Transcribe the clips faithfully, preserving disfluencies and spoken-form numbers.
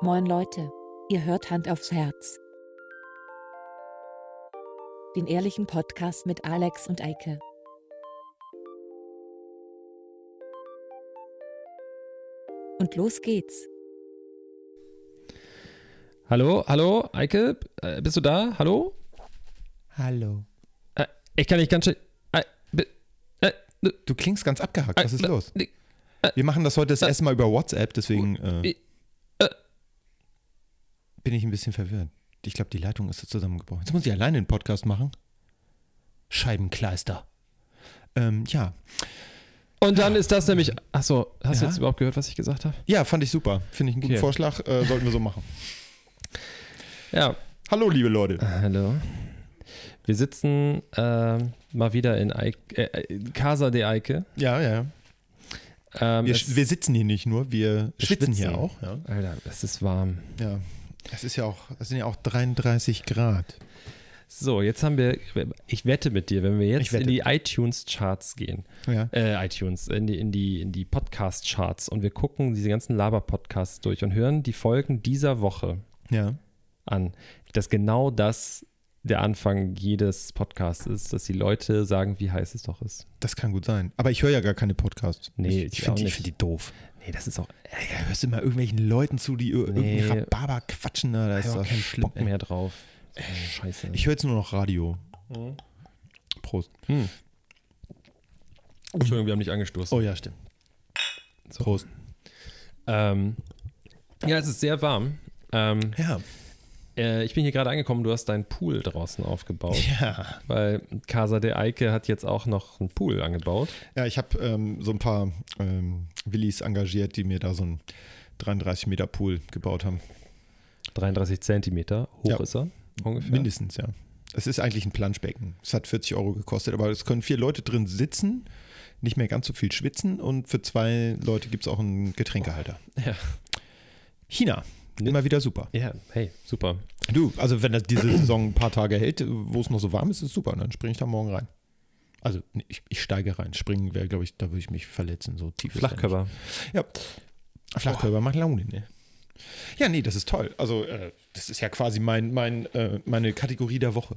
Moin Leute, ihr hört Hand aufs Herz. Den ehrlichen Podcast mit Alex und Eike. Und los geht's. Hallo, hallo, Eike, äh, bist du da? Hallo? Hallo. Äh, ich kann nicht ganz schön. Äh, äh, Du klingst ganz abgehackt. Was ist äh, los? äh, Wir machen das heute das erste Mal über WhatsApp, deswegen äh, äh, äh, bin ich ein bisschen verwirrt. Ich glaube, die Leitung ist so zusammengebrochen. Jetzt muss ich alleine einen Podcast machen. Scheibenkleister. Ähm, ja. Und dann ist das nämlich. Achso, hast du Ja? jetzt überhaupt gehört, was ich gesagt habe? Ja, fand ich super. Finde ich einen guten Okay. Vorschlag. Äh, sollten wir so machen. Ja. Hallo, liebe Leute. Hallo. Wir sitzen ähm, mal wieder in Eike, äh, Casa de Eike. Ja, ja. Ähm, Wir, es- wir sitzen hier nicht nur, wir, Wir schwitzen schwitzen. hier auch. Ja. Alter, es ist warm. ja. Es ist ja auch, es sind ja auch dreiunddreißig Grad. So, jetzt haben wir. Ich wette mit dir, wenn wir Ich jetzt wette. in die iTunes-Charts gehen. Ja. Äh, iTunes, in die, in die, in die Podcast-Charts und wir gucken diese ganzen Laber-Podcasts durch und hören die Folgen dieser Woche Ja. an, dass genau das der Anfang jedes Podcasts ist, dass die Leute sagen, wie heiß es doch ist. Das kann gut sein. Aber ich höre ja gar keine Podcasts. Nee, ich, ich ich finde auch die, ich nicht. find die doof. Nee, das ist auch, Ja, hörst du immer irgendwelchen Leuten zu, die ir- Nee. irgendwie Rhabarber quatschen, da ich ist habe auch das keinen schlimm. Bock mehr drauf. So Scheiße. Ich höre jetzt nur noch Radio. Mhm. Prost. Hm. Entschuldigung, wir haben nicht angestoßen. Oh ja, stimmt. So. Prost. Ähm, ja, es ist sehr warm. Ähm, Ja. äh, ich bin hier gerade angekommen, du hast deinen Pool draußen aufgebaut. Ja. Weil Casa de Eike hat jetzt auch noch einen Pool angebaut. Ja, ich habe ähm, so ein paar ähm, Willis engagiert, die mir da so einen dreiunddreißig Meter Pool gebaut haben. dreiunddreißig Zentimeter hoch Ja. ist er ungefähr. Mindestens, ja. Es ist eigentlich ein Planschbecken. Es hat vierzig Euro gekostet, aber es können vier Leute drin sitzen, nicht mehr ganz so viel schwitzen und für zwei Leute gibt es auch einen Getränkehalter. Ja. China, immer wieder super. Ja, hey, super. Du, also wenn das diese Saison ein paar Tage hält, wo es noch so warm ist, ist super. Dann springe ich da morgen rein. Also nee, ich, ich steige rein. Springen wäre, glaube ich, da würde ich mich verletzen. So tief ist da Flachkörper. nicht. Ja, Flachkörper macht Laune, ne? Ja, nee, das ist toll. Also äh, das ist ja quasi mein, mein, äh, meine Kategorie der Woche.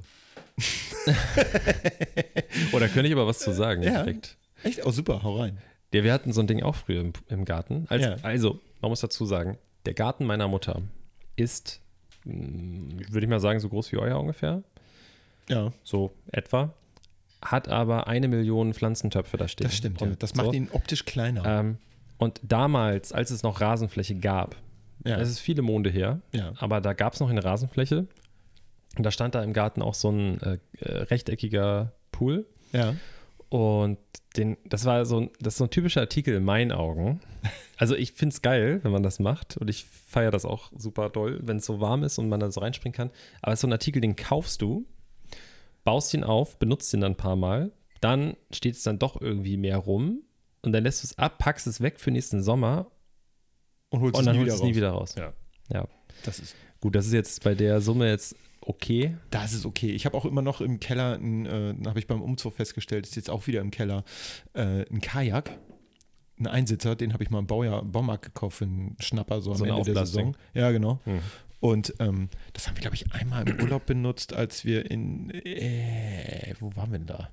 Oh, da könnte ich aber was zu sagen. Ja. Direkt. Echt? Oh, super, hau rein. Ja, wir hatten so ein Ding auch früher im, im Garten. Also, Ja. also, man muss dazu sagen, der Garten meiner Mutter ist, mh, würde ich mal sagen, so groß wie euer ungefähr. Ja, So etwa. Hat aber eine Million Pflanzentöpfe da stehen. das stimmt. Ja. Und Das macht so. ihn optisch kleiner. Ähm, und damals, als es noch Rasenfläche gab, ja. es ist viele Monde her, ja. aber da gab es noch eine Rasenfläche und da stand da im Garten auch so ein äh, äh, rechteckiger Pool Ja. und den, das war so ein, das ist so ein typischer Artikel in meinen Augen. Also ich finde es geil, wenn man das macht und ich feiere das auch super doll, wenn es so warm ist und man da so reinspringen kann, aber es ist so ein Artikel, den kaufst du, baust ihn auf, benutzt ihn dann ein paar Mal, dann steht es dann doch irgendwie mehr rum und dann lässt du es ab, packst es weg für nächsten Sommer Und holst und es dann nie holst wieder du es nie raus. wieder raus. Ja. Ja. Das ist, Gut, das ist jetzt bei der Summe jetzt okay. das ist okay. Ich habe auch immer noch im Keller, ein, äh, habe ich beim Umzug festgestellt, ist jetzt auch wieder im Keller, äh, ein Kajak. Ein Einsitzer, den habe ich mal im Baujahr, Baumarkt gekauft für einen Schnapper, so am So eine Ende der Auflastung. Saison. Ja, genau. Hm. Und ähm, das haben wir, glaube ich, einmal im Urlaub benutzt, als wir in, äh, wo waren wir denn da?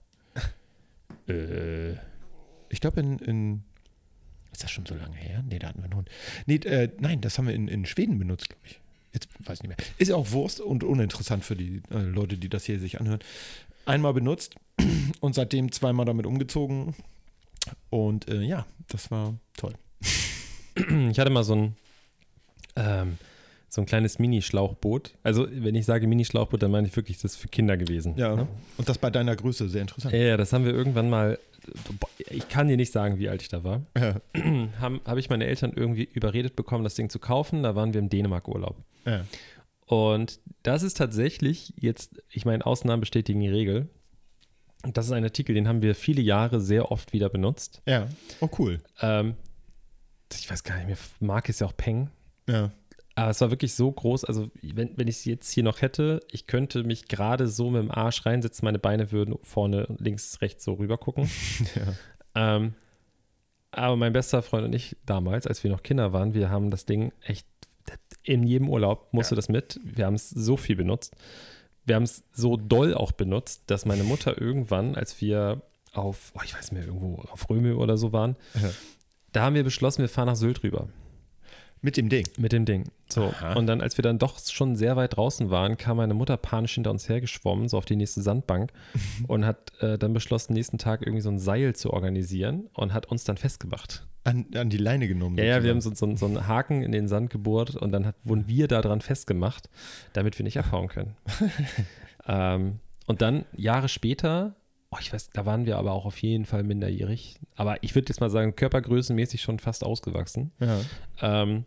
äh, ich glaube in, in, ist das schon so lange her? Nee, da hatten wir einen Hund. Nee, äh, nein, das haben wir in, in Schweden benutzt, glaube ich. Jetzt weiß ich nicht mehr. Ist auch Wurst und uninteressant für die äh, Leute, die das hier sich anhören. Einmal benutzt und seitdem zweimal damit umgezogen. Und äh, ja, das war toll. Ich hatte mal so ein, ähm, so ein kleines Mini-Schlauchboot. Also, wenn ich sage Mini-Schlauchboot, dann meine ich wirklich, das ist für Kinder gewesen. Ja, Ne? und das bei deiner Größe, sehr interessant. Ja, ja, das haben wir irgendwann mal, ich kann dir nicht sagen, wie alt ich da war, Ja, habe hab ich meine Eltern irgendwie überredet bekommen, das Ding zu kaufen. Da waren wir im Dänemark-Urlaub. ja. Und das ist tatsächlich jetzt, ich meine, Ausnahmen bestätigen die Regel. Und das ist ein Artikel, den haben wir viele Jahre sehr oft wieder benutzt. Ja, oh cool. Ähm, ich weiß gar nicht mehr, Marke ist ja auch Peng. Ja, Aber es war wirklich so groß, also wenn, wenn ich es jetzt hier noch hätte, ich könnte mich gerade so mit dem Arsch reinsetzen, meine Beine würden vorne, links, rechts so rüber gucken. ja. ähm, aber mein bester Freund und ich damals, als wir noch Kinder waren, wir haben das Ding echt In jedem Urlaub musste Ja. das mit. Wir haben es so viel benutzt. Wir haben es so doll auch benutzt, dass meine Mutter irgendwann, als wir auf, oh, ich weiß nicht mehr, irgendwo auf Römel oder so waren, Ja. da haben wir beschlossen, wir fahren nach Sylt rüber. Mit dem Ding. Mit dem Ding. So. Aha. Und dann, als wir dann doch schon sehr weit draußen waren, kam meine Mutter panisch hinter uns hergeschwommen, so auf die nächste Sandbank und hat äh, dann beschlossen, nächsten Tag irgendwie so ein Seil zu organisieren und hat uns dann festgemacht. An, an die Leine genommen. Ja, ja, wir haben sozusagen. so, so, so einen Haken in den Sand gebohrt und dann hat, wurden wir da dran festgemacht, damit wir nicht abhauen können. ähm, und dann Jahre später, oh, ich weiß, da waren wir aber auch auf jeden Fall minderjährig, aber ich würde jetzt mal sagen, körpergrößenmäßig schon fast ausgewachsen. Ja. Ähm,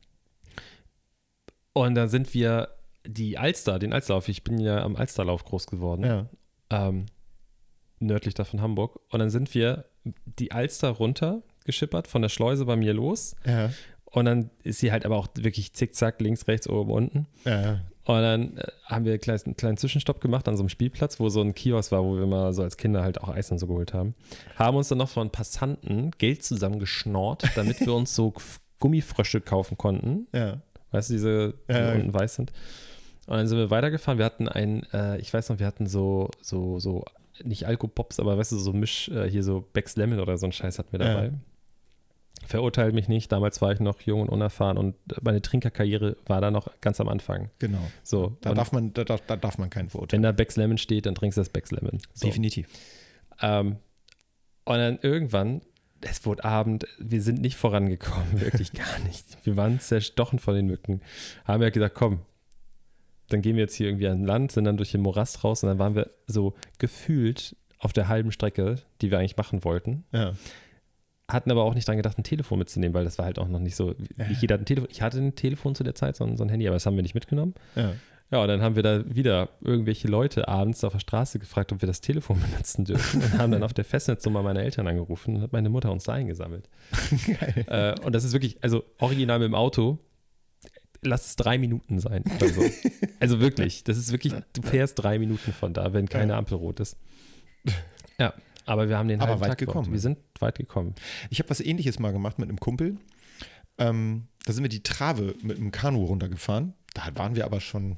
und dann sind wir die Alster, den Alsterlauf, ich bin ja am Alsterlauf groß geworden, Ja. ähm, nördlich da von Hamburg. Und dann sind wir die Alster runter geschippert, von der Schleuse bei mir los. Ja. Und dann ist sie halt aber auch wirklich zickzack, links, rechts, oben, unten. Ja. Und dann äh, haben wir einen kleinen, einen kleinen Zwischenstopp gemacht an so einem Spielplatz, wo so ein Kiosk war, wo wir mal so als Kinder halt auch Eis und so geholt haben. Haben uns dann noch von Passanten Geld zusammengeschnorrt, damit wir uns so Gummifrösche kaufen konnten. Ja. Weißt du, diese, die Ja. unten weiß sind. Und dann sind wir weitergefahren. Wir hatten ein, äh, ich weiß noch, wir hatten so, so, so, nicht Alkopops, aber weißt du, so Misch, äh, hier so Becks Lemon oder so ein Scheiß hatten wir dabei. Ja. Verurteilt mich nicht, damals war ich noch jung und unerfahren und meine Trinkerkarriere war da noch ganz am Anfang. Genau. So, Da und darf man, da, darf- da darf man keinen verurteilen. wenn da Becks Lemon steht, dann trinkst du das Becks Lemon. So. Definitiv. Ähm, und dann irgendwann, es wurde Abend, wir sind nicht vorangekommen, wirklich gar nicht. Wir waren zerstochen von den Mücken. Haben ja gesagt, komm, dann gehen wir jetzt hier irgendwie an Land, sind dann durch den Morast raus und dann waren wir so gefühlt auf der halben Strecke, die wir eigentlich machen wollten. Ja. Hatten aber auch nicht dran gedacht, ein Telefon mitzunehmen, weil das war halt auch noch nicht so, Ja. nicht jeder hat ein Telefon. Ich hatte ein Telefon zu der Zeit, so ein, so ein Handy, aber das haben wir nicht mitgenommen. Ja. Ja, und dann haben wir da wieder irgendwelche Leute abends auf der Straße gefragt, ob wir das Telefon benutzen dürfen und haben dann auf der Festnetznummer meiner Eltern angerufen und hat meine Mutter uns da eingesammelt. Geil. Äh, und das ist wirklich, also original mit dem Auto, lass es drei Minuten sein. Oder so. Also wirklich, das ist wirklich, du fährst drei Minuten von da, wenn keine Ja. Ampel rot ist. Ja, aber wir haben den Aber halben weit Tag gebraucht. gekommen. Wir sind weit gekommen. Ich habe was Ähnliches mal gemacht mit einem Kumpel. Ähm, da sind wir die Trave mit einem Kanu runtergefahren. Da waren wir aber schon.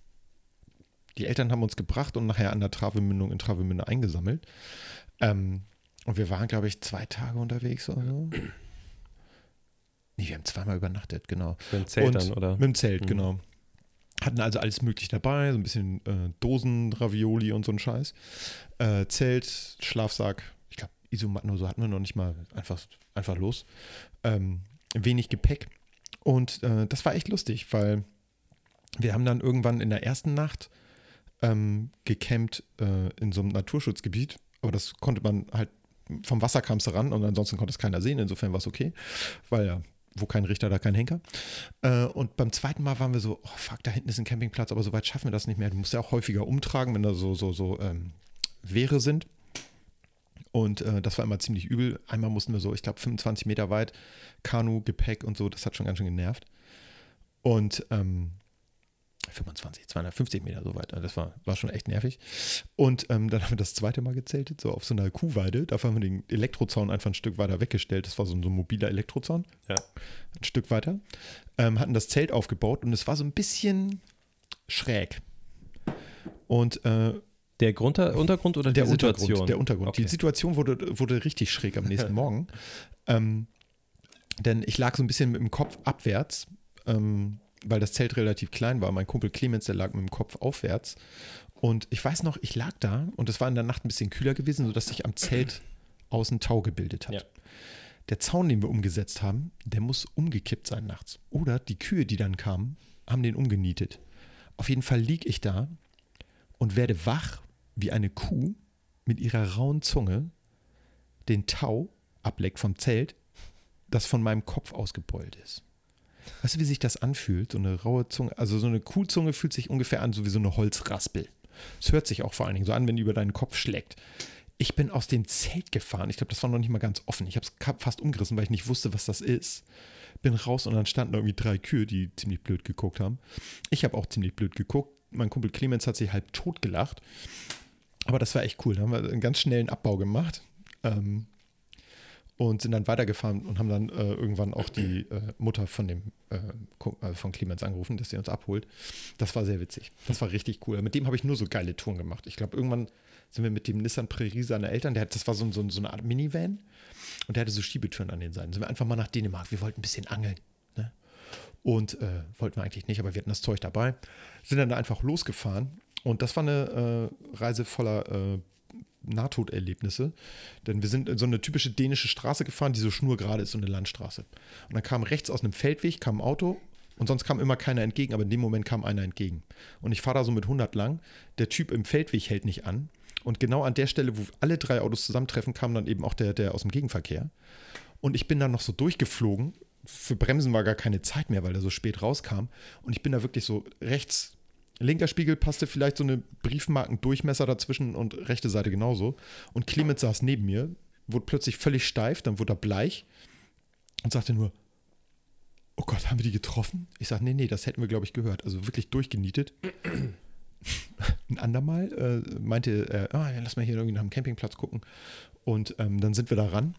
Die Eltern haben uns gebracht und nachher an der Travemündung in Travemünde eingesammelt. Ähm, und wir waren, glaube ich, zwei Tage unterwegs oder so. Nee, wir haben zweimal übernachtet, genau. Mit dem Zelt und dann, oder? Mit dem Zelt, Mhm. genau. Hatten also alles möglich dabei, so ein bisschen äh, Dosen, Ravioli und so ein Scheiß. Äh, Zelt, Schlafsack, ich glaube, Isomatten oder so hatten wir noch nicht mal, einfach, einfach los. Ähm, wenig Gepäck. Und äh, das war echt lustig, weil wir haben dann irgendwann in der ersten Nacht ähm, gecampt äh, in so einem Naturschutzgebiet. Aber das konnte man halt, vom Wasser kam es ran und ansonsten konnte es keiner sehen. Insofern war es okay, weil ja, wo kein Richter, da kein Henker. Äh, und beim zweiten Mal waren wir so, oh fuck, da hinten ist ein Campingplatz, aber so weit schaffen wir das nicht mehr. Du musst ja auch häufiger umtragen, wenn da so, so, so ähm, Wehre sind. Und äh, das war immer ziemlich übel. Einmal mussten wir so, ich glaube, fünfundzwanzig Meter weit, Kanu, Gepäck und so, das hat schon ganz schön genervt. Und ähm, fünfundzwanzig, zweihundertfünfzig Meter so weit, das war, war schon echt nervig. Und ähm, dann haben wir das zweite Mal gezeltet, so auf so einer Kuhweide. Dafür haben wir den Elektrozaun einfach ein Stück weiter weggestellt. Das war so ein, so ein mobiler Elektrozaun. Ja. Ein Stück weiter. Ähm, hatten das Zelt aufgebaut und es war so ein bisschen schräg. Und äh, Der Grund, Untergrund oder der die Situation? Untergrund, der Untergrund. Okay. Die Situation wurde, wurde richtig schräg am nächsten Morgen. Ähm, denn ich lag so ein bisschen mit dem Kopf abwärts, ähm, weil das Zelt relativ klein war. Mein Kumpel Clemens, der lag mit dem Kopf aufwärts. Und ich weiß noch, ich lag da und es war in der Nacht ein bisschen kühler gewesen, sodass sich am Zelt außen Tau gebildet hat. Ja. Der Zaun, den wir umgesetzt haben, der muss umgekippt sein nachts. Oder die Kühe, die dann kamen, haben den umgenietet. Auf jeden Fall lieg ich da und werde wach, wie eine Kuh mit ihrer rauen Zunge den Tau ableckt vom Zelt, das von meinem Kopf ausgebeult ist. Weißt du, wie sich das anfühlt? So eine raue Zunge, also so eine Kuhzunge fühlt sich ungefähr an, so wie so eine Holzraspel. Es hört sich auch vor allen Dingen so an, wenn die über deinen Kopf schlägt. Ich bin aus dem Zelt gefahren, ich glaube, das war noch nicht mal ganz offen. Ich habe es fast umgerissen, weil ich nicht wusste, was das ist. Bin raus und dann standen irgendwie drei Kühe, die ziemlich blöd geguckt haben. Ich habe auch ziemlich blöd geguckt. Mein Kumpel Clemens hat sich halb tot gelacht. Aber das war echt cool. Da haben wir einen ganz schnellen Abbau gemacht. Ähm, und sind dann weitergefahren und haben dann äh, irgendwann auch die äh, Mutter von dem äh, äh, von Clemens angerufen, dass sie uns abholt. Das war sehr witzig. Das war richtig cool. Mit dem habe ich nur so geile Touren gemacht. Ich glaube, irgendwann sind wir mit dem Nissan Prairie seiner Eltern, der hat, das war so, so, so eine Art Minivan und der hatte so Schiebetüren an den Seiten. Sind wir einfach mal nach Dänemark. Wir wollten ein bisschen angeln. Ne? Und äh, wollten wir eigentlich nicht, aber wir hatten das Zeug dabei. Sind dann da einfach losgefahren und das war eine äh, Reise voller äh, Nahtoderlebnisse, denn wir sind in so eine typische dänische Straße gefahren, die so schnurgerade ist, so eine Landstraße. Und dann kam rechts aus einem Feldweg kam ein Auto und sonst kam immer keiner entgegen, aber in dem Moment kam einer entgegen. Und ich fahre da so mit hundert lang, der Typ im Feldweg hält nicht an und genau an der Stelle, wo alle drei Autos zusammentreffen, kam dann eben auch der, der aus dem Gegenverkehr. Und ich bin dann noch so durchgeflogen, für Bremsen war gar keine Zeit mehr, weil er so spät rauskam und ich bin da wirklich so rechts. Linker Spiegel passte vielleicht so eine Briefmarkendurchmesser dazwischen und rechte Seite genauso. Und Clemens saß neben mir, wurde plötzlich völlig steif, dann wurde er bleich und sagte nur, oh Gott, haben wir die getroffen? Ich sage, nee, nee, das hätten wir, glaube ich, gehört. Also wirklich durchgenietet. Ein andermal äh, meinte er, ah, ja, lass mal hier irgendwie nach dem Campingplatz gucken. Und ähm, dann sind wir da ran.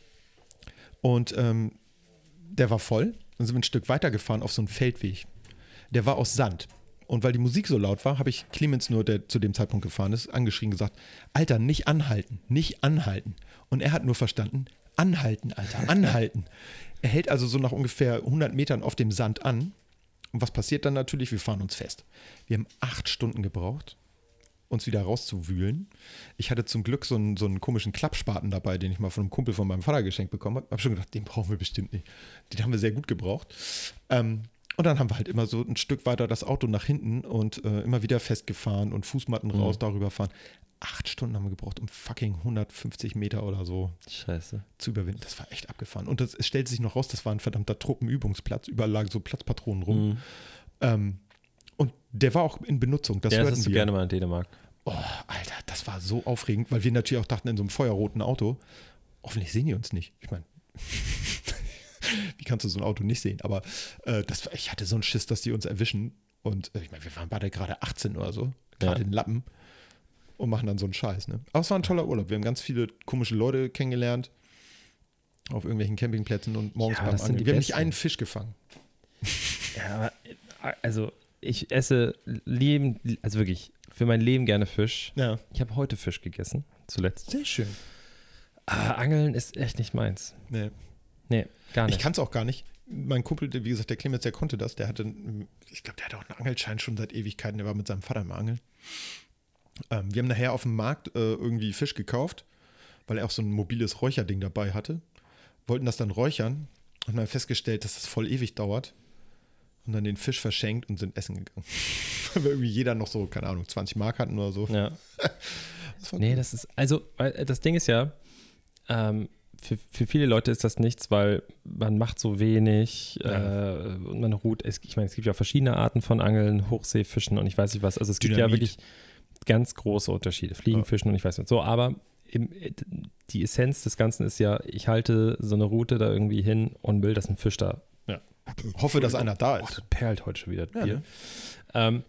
Und ähm, der war voll. Dann sind wir ein Stück weitergefahren auf so einen Feldweg. Der war aus Sand. Und weil die Musik so laut war, habe ich Clemens nur, der zu dem Zeitpunkt gefahren ist, angeschrien gesagt, Alter, nicht anhalten, nicht anhalten. Und er hat nur verstanden, anhalten, Alter, anhalten. Er hält also so nach ungefähr hundert Metern auf dem Sand an. Und was passiert dann natürlich? Wir fahren uns fest. Wir haben acht Stunden gebraucht, uns wieder rauszuwühlen. Ich hatte zum Glück so einen, so einen komischen Klappspaten dabei, den ich mal von einem Kumpel von meinem Vater geschenkt bekommen habe. Ich habe schon gedacht, den brauchen wir bestimmt nicht. Den haben wir sehr gut gebraucht. Ähm, Und dann haben wir halt immer so ein Stück weiter das Auto nach hinten und äh, immer wieder festgefahren und Fußmatten raus, mhm. darüber fahren. Acht Stunden haben wir gebraucht, um fucking hundertfünfzig Meter oder so Scheiße. zu überwinden. Das war echt abgefahren. Und das, es stellte sich noch raus, das war ein verdammter Truppenübungsplatz. Überall lagen so Platzpatronen rum. Mhm. Ähm, und der war auch in Benutzung. Das ja, hörten das hast du wir. gerne mal in Dänemark. Oh, Alter, das war so aufregend, weil wir natürlich auch dachten, in so einem feuerroten Auto, hoffentlich sehen die uns nicht. Ich meine, wie kannst du so ein Auto nicht sehen? Aber äh, das, ich hatte so einen Schiss, dass die uns erwischen. Und äh, ich meine, wir waren beide gerade achtzehn oder so, gerade ja. in Lappen und machen dann so einen Scheiß. Ne? Aber es war ein toller Urlaub. Wir haben ganz viele komische Leute kennengelernt auf irgendwelchen Campingplätzen und morgens ja, beim Angeln. Wir besten. haben nicht einen Fisch gefangen. Ja, aber also ich esse Leben, also wirklich für mein Leben gerne Fisch. Ja. Ich habe heute Fisch gegessen, zuletzt. Sehr schön. Aber Angeln ist echt nicht meins. Nee. Nee, gar nicht. Ich kann es auch gar nicht. Mein Kumpel, wie gesagt, der Clemens, der konnte das. Der hatte, ich glaube, der hatte auch einen Angelschein schon seit Ewigkeiten. Der war mit seinem Vater im Angeln. Ähm, wir haben nachher auf dem Markt äh, irgendwie Fisch gekauft, weil er auch so ein mobiles Räucherding dabei hatte. Wollten das dann räuchern und dann festgestellt, dass das voll ewig dauert. Und dann den Fisch verschenkt und sind essen gegangen. Weil wir irgendwie jeder noch so, keine Ahnung, zwanzig Mark hatten oder so. Ja. Das war nee, cool. das ist, also, das Ding ist ja, ähm, Für, für viele Leute ist das nichts, weil man macht so wenig ja. äh, und man ruht. Es, ich meine, es gibt ja verschiedene Arten von Angeln, Hochseefischen und ich weiß nicht was. Also es gibt Dynamit. ja wirklich ganz große Unterschiede. Fliegenfischen ja. und ich weiß nicht. So, aber im, die Essenz des Ganzen ist ja, ich halte so eine Route da irgendwie hin und will, dass ein Fisch da. Ja. Hoffe, dass einer da ist. Oh, das perlt heute schon wieder. Ja, ne? ähm,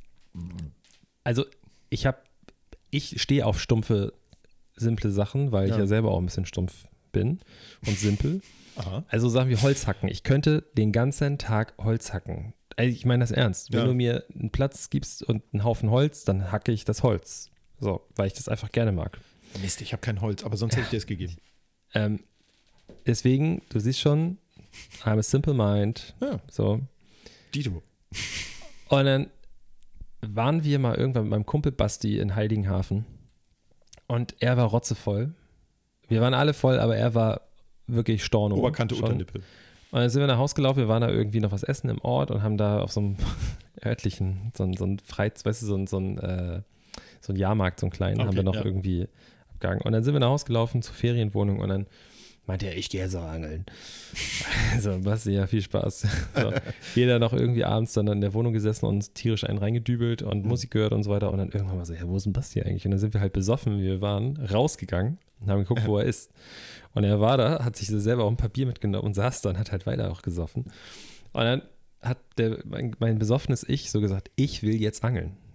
also ich habe, ich stehe auf stumpfe, simple Sachen, weil ja. ich ja selber auch ein bisschen stumpf bin und simpel. Aha. Also Sachen wie Holz hacken. Ich könnte den ganzen Tag Holz hacken. Also ich meine das ernst. Wenn ja. du mir einen Platz gibst und einen Haufen Holz, dann hacke ich das Holz. So, weil ich das einfach gerne mag. Mist, ich habe kein Holz, aber sonst ja. hätte ich dir es gegeben. Ähm, deswegen, du siehst schon, I'm a simple mind. Ja. So. Dito. Und dann waren wir mal irgendwann mit meinem Kumpel Basti in Heiligenhafen und er war rotzevoll. Wir waren alle voll, aber er war wirklich Storno. Oberkante, schon. Unterlippe. Und dann sind wir nach Hause gelaufen, wir waren da irgendwie noch was essen im Ort und haben da auf so einem örtlichen, so ein, so ein Freiz, weißt du, so ein, so ein, äh, so ein Jahrmarkt, so einen kleinen, okay, haben wir noch ja. irgendwie abgegangen. Und dann sind wir nach Hause gelaufen zur Ferienwohnung und dann meinte er, ich gehe so angeln. So, Basti, ja, viel Spaß. So, jeder noch irgendwie abends dann in der Wohnung gesessen und uns tierisch einen reingedübelt und mhm. Musik gehört und so weiter. Und dann irgendwann mal so, ja, wo ist denn Basti eigentlich? Und dann sind wir halt besoffen, wie wir waren, rausgegangen und haben geguckt, wo er ist. Und er war da, hat sich selber auch ein Papier mitgenommen und saß da und hat halt weiter auch gesoffen. Und dann hat der, mein, mein besoffenes Ich so gesagt, ich will jetzt angeln.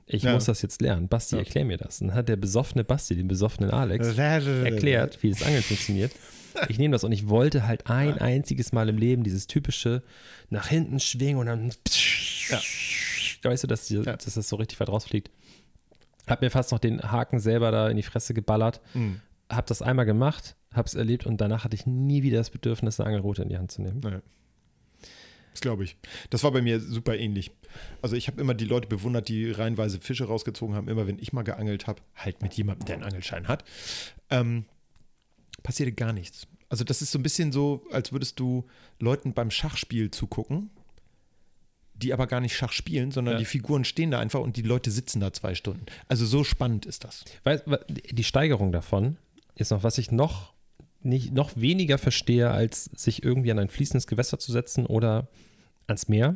Ich Ja. muss das jetzt lernen. Basti, Ja. erklär mir das. Und dann hat der besoffene Basti, den besoffenen Alex, erklärt, wie das Angeln funktioniert. Ich nehme das und ich wollte halt ein einziges Mal im Leben dieses typische nach hinten schwingen und dann Ja. weißt du, dass, die, Ja. dass das so richtig weit rausfliegt. Hab mir fast noch den Haken selber da in die Fresse geballert. Mhm. Hab das einmal gemacht, hab's erlebt und danach hatte ich nie wieder das Bedürfnis, eine Angelrute in die Hand zu nehmen. Naja. Das glaube ich. Das war bei mir super ähnlich. Also ich habe immer die Leute bewundert, die reihenweise Fische rausgezogen haben. Immer wenn ich mal geangelt habe, halt mit jemandem, der einen Angelschein hat, ähm, passierte gar nichts. Also das ist so ein bisschen so, als würdest du Leuten beim Schachspiel zugucken, die aber gar nicht Schach spielen, sondern Ja. die Figuren stehen da einfach und die Leute sitzen da zwei Stunden. Also so spannend ist das. Weißt, die Steigerung davon ist noch, was ich noch nicht noch weniger verstehe, als sich irgendwie an ein fließendes Gewässer zu setzen oder ans Meer,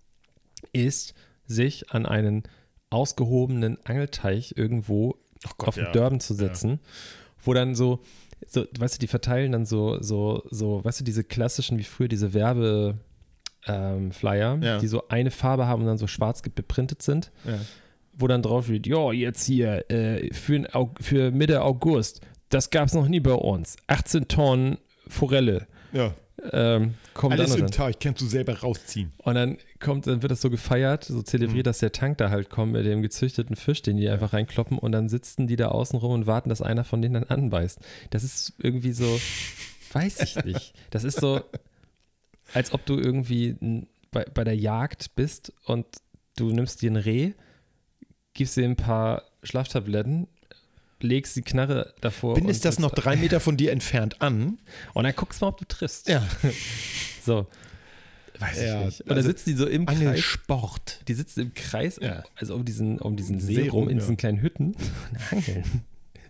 ist sich an einen ausgehobenen Angelteich irgendwo Ach Gott, auf den ja. Dörben zu setzen, wo dann so, so, weißt du, die verteilen dann so, so, so, weißt du, diese klassischen, wie früher diese Werbe ähm, Flyer, Ja. die so eine Farbe haben und dann so schwarz beprintet sind, Ja. wo dann drauf steht, ja, jetzt hier äh, für, ein Au- für Mitte August, das gab es noch nie bei uns, achtzehn Tonnen Forelle, Ja. ähm, kommt Alles dann im und, dann. Teich, kannst du selber rausziehen. und dann kommt, dann wird das so gefeiert, so zelebriert, Mhm. dass der Tank da halt kommt mit dem gezüchteten Fisch, den die einfach reinkloppen und dann sitzen die da außen rum und warten, dass einer von denen dann anbeißt. Das ist irgendwie so, weiß ich nicht. Das ist so, als ob du irgendwie n- bei, bei der Jagd bist und du nimmst dir ein Reh, gibst dir ein paar Schlaftabletten, legst die Knarre davor. Bindest und das noch drei Meter von dir entfernt an. Und dann guckst du mal, ob du triffst. Ja. So. Weiß Ja, ich nicht. Und dann also sitzen die so im Kreis. Angelsport. Die sitzen im Kreis, Ja. also um diesen, um diesen See, See rum, rum, in ja. diesen kleinen Hütten und angeln.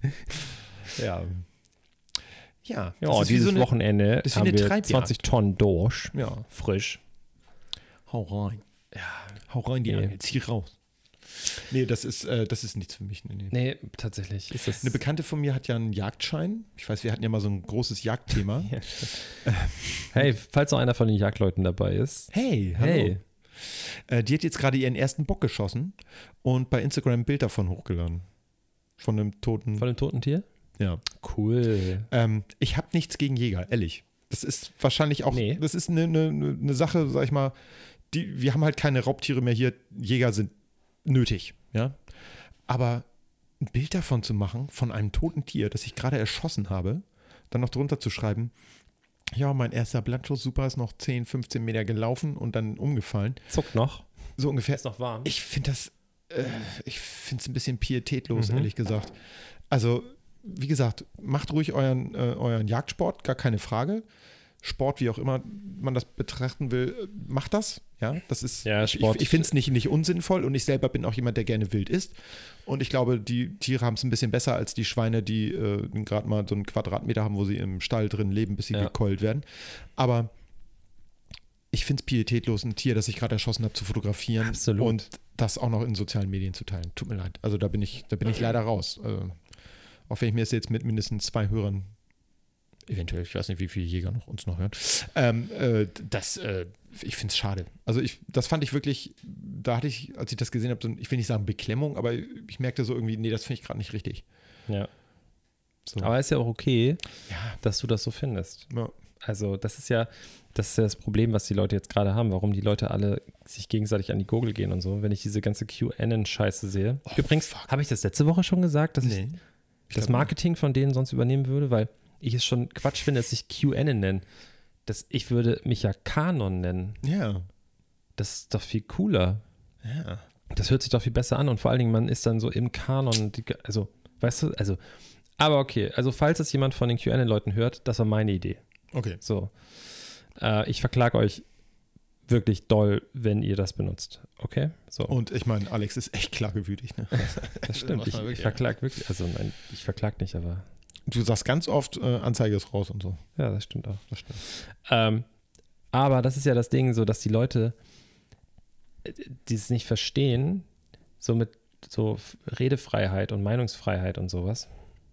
Ja. Ja, Ja, das ist wie dieses so eine, Wochenende das ist wie haben eine wir Treibjagd. zwanzig Tonnen Dorsch, Ja, frisch. hau rein. Ja, hau rein die Nee. Angel, zieh raus. Nee, das ist, äh, das ist nichts für mich. Nee, nee. Nee, tatsächlich. Ist das Eine Bekannte von mir hat ja einen Jagdschein. Ich weiß, wir hatten ja mal so ein großes Jagdthema. Ja, hey, falls noch einer von den Jagdleuten dabei ist. Hey, hallo. Hey, Äh, die hat jetzt gerade ihren ersten Bock geschossen und bei Instagram ein Bild davon hochgeladen. Von einem toten. von dem toten Tier? ja. Cool. Ähm, ich habe nichts gegen Jäger, ehrlich. Das ist wahrscheinlich auch, Nee. das ist eine, eine, eine Sache, sag ich mal, die, wir haben halt keine Raubtiere mehr hier. Jäger sind nötig, ja. Aber ein Bild davon zu machen, von einem toten Tier, das ich gerade erschossen habe, dann noch drunter zu schreiben, ja, mein erster Blattschuss, super, ist noch zehn, fünfzehn Meter gelaufen und dann umgefallen. Zuckt noch. So ungefähr. Ist noch warm. Ich finde das, äh, ich finde es ein bisschen pietätlos, Mhm. ehrlich gesagt. Also, wie gesagt, macht ruhig euren, äh, euren Jagdsport, gar keine Frage. Sport, wie auch immer man das betrachten will, äh, macht das. Ja, das ist, Ja, Sport- ich, ich finde es nicht, nicht unsinnvoll und ich selber bin auch jemand, der gerne wild isst. Und ich glaube, die Tiere haben es ein bisschen besser als die Schweine, die äh, gerade mal so einen Quadratmeter haben, wo sie im Stall drin leben, bis sie Ja. gekeult werden. Aber ich finde es pietätlos, ein Tier, das ich gerade erschossen habe, zu fotografieren Absolut. und das auch noch in sozialen Medien zu teilen. Tut mir leid. Also da bin ich, da bin ich leider raus. Also, auch wenn ich mir das jetzt mit mindestens zwei Hörern, eventuell, ich weiß nicht, wie viele Jäger noch uns noch hören, ähm, äh, das, äh, ich finde es schade. Also ich, das fand ich wirklich, da hatte ich, als ich das gesehen habe, so, ein- ich will nicht sagen Beklemmung, aber ich merkte so irgendwie, nee, das finde ich gerade nicht richtig. Ja. So. Aber ist ja auch okay, ja, dass du das so findest. ja. Also das ist ja, das ist ja das Problem, was die Leute jetzt gerade haben, warum die Leute alle sich gegenseitig an die Gurgel gehen und so, wenn ich diese ganze Q N N-Scheiße sehe. Oh, Übrigens, fuck. habe ich das letzte Woche schon gesagt, dass Nee. ich Ich das glaub Marketing von denen sonst übernehmen würde, weil ich es schon Quatsch finde, dass ich Q N N nenne. Das, ich würde mich ja Kanon nennen. nicht. Ja, Das ist doch viel cooler. ja. Das hört sich doch viel besser an und vor allen Dingen, man ist dann so im Kanon, die, also, weißt du, also, aber okay, also falls es jemand von den Q N N-Leuten hört, das war meine Idee. Okay. So. Äh, ich verklage euch wirklich doll, wenn ihr das benutzt. Okay? So. Und ich meine, Alex ist echt klagewütig, ne? das stimmt. Ich, ich verklage wirklich, also nein, ich verklage nicht, aber Du sagst ganz oft, äh, Anzeige ist raus und so. ja, das stimmt auch. Das stimmt. Ähm, aber das ist ja das Ding, so dass die Leute, äh, die es nicht verstehen, so mit so F- Redefreiheit und Meinungsfreiheit und sowas,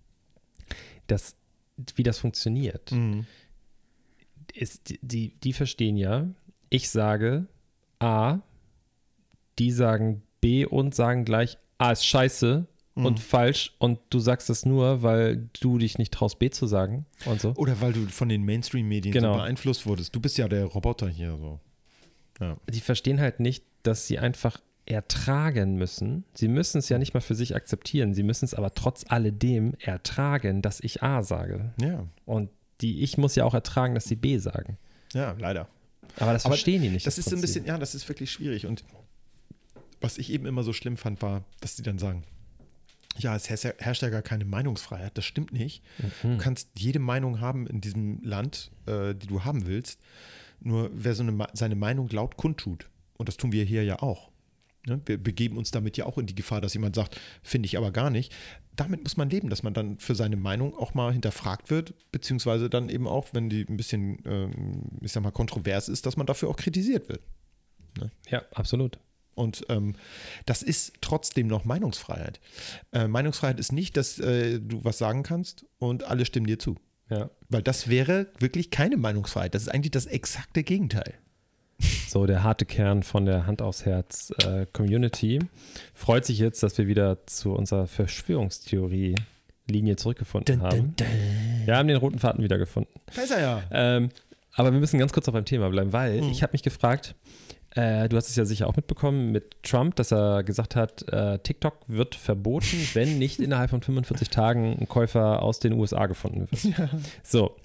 das, wie das funktioniert, Mhm. ist, die- die, die verstehen ja, ich sage A, die sagen B und sagen gleich A ist scheiße Mhm. und falsch und du sagst es nur, weil du dich nicht traust, B zu sagen und so. Oder weil du von den Mainstream-Medien Genau. so beeinflusst wurdest. Du bist ja der Roboter hier so. Ja. Die verstehen halt nicht, dass sie einfach ertragen müssen. Sie müssen es ja nicht mal für sich akzeptieren. Sie müssen es aber trotz alledem ertragen, dass ich A sage. Ja. Und die ich muss ja auch ertragen, dass sie B sagen. Ja, leider. Aber das Aber verstehen die nicht. Das ist so ein Prinzip. bisschen, ja, das ist wirklich schwierig. Und was ich eben immer so schlimm fand, war, dass die dann sagen, ja, es herrscht ja- herrscht ja gar keine Meinungsfreiheit. Das stimmt nicht. Du Mhm. kannst jede Meinung haben in diesem Land, äh, die du haben willst. Nur wer so eine, Ma- seine Meinung laut kundtut, und das tun wir hier ja auch. Ne? Wir begeben uns damit ja auch in die Gefahr, dass jemand sagt, finde ich aber gar nicht. Damit muss man leben, dass man dann für seine Meinung auch mal hinterfragt wird, beziehungsweise dann eben auch, wenn die ein bisschen, ähm, ich sag mal, kontrovers ist, dass man dafür auch kritisiert wird. Ja, absolut. Und ähm, das ist trotzdem noch Meinungsfreiheit. Äh, Meinungsfreiheit ist nicht, dass äh, du was sagen kannst und alle stimmen dir zu. Ja. Weil das wäre wirklich keine Meinungsfreiheit. Das ist eigentlich das exakte Gegenteil. So, der harte Kern von der Hand aufs Herz äh, Community freut sich jetzt, dass wir wieder zu unserer Verschwörungstheorie-Linie zurückgefunden haben. Wir haben den roten Faden wiedergefunden. Da ist er ja. Ähm, aber wir müssen ganz kurz noch beim Thema bleiben, weil Mhm. ich habe mich gefragt, äh, du hast es ja sicher auch mitbekommen mit Trump, dass er gesagt hat, äh, TikTok wird verboten, wenn nicht innerhalb von fünfundvierzig Tagen ein Käufer aus den U S A gefunden wird. Ja. So.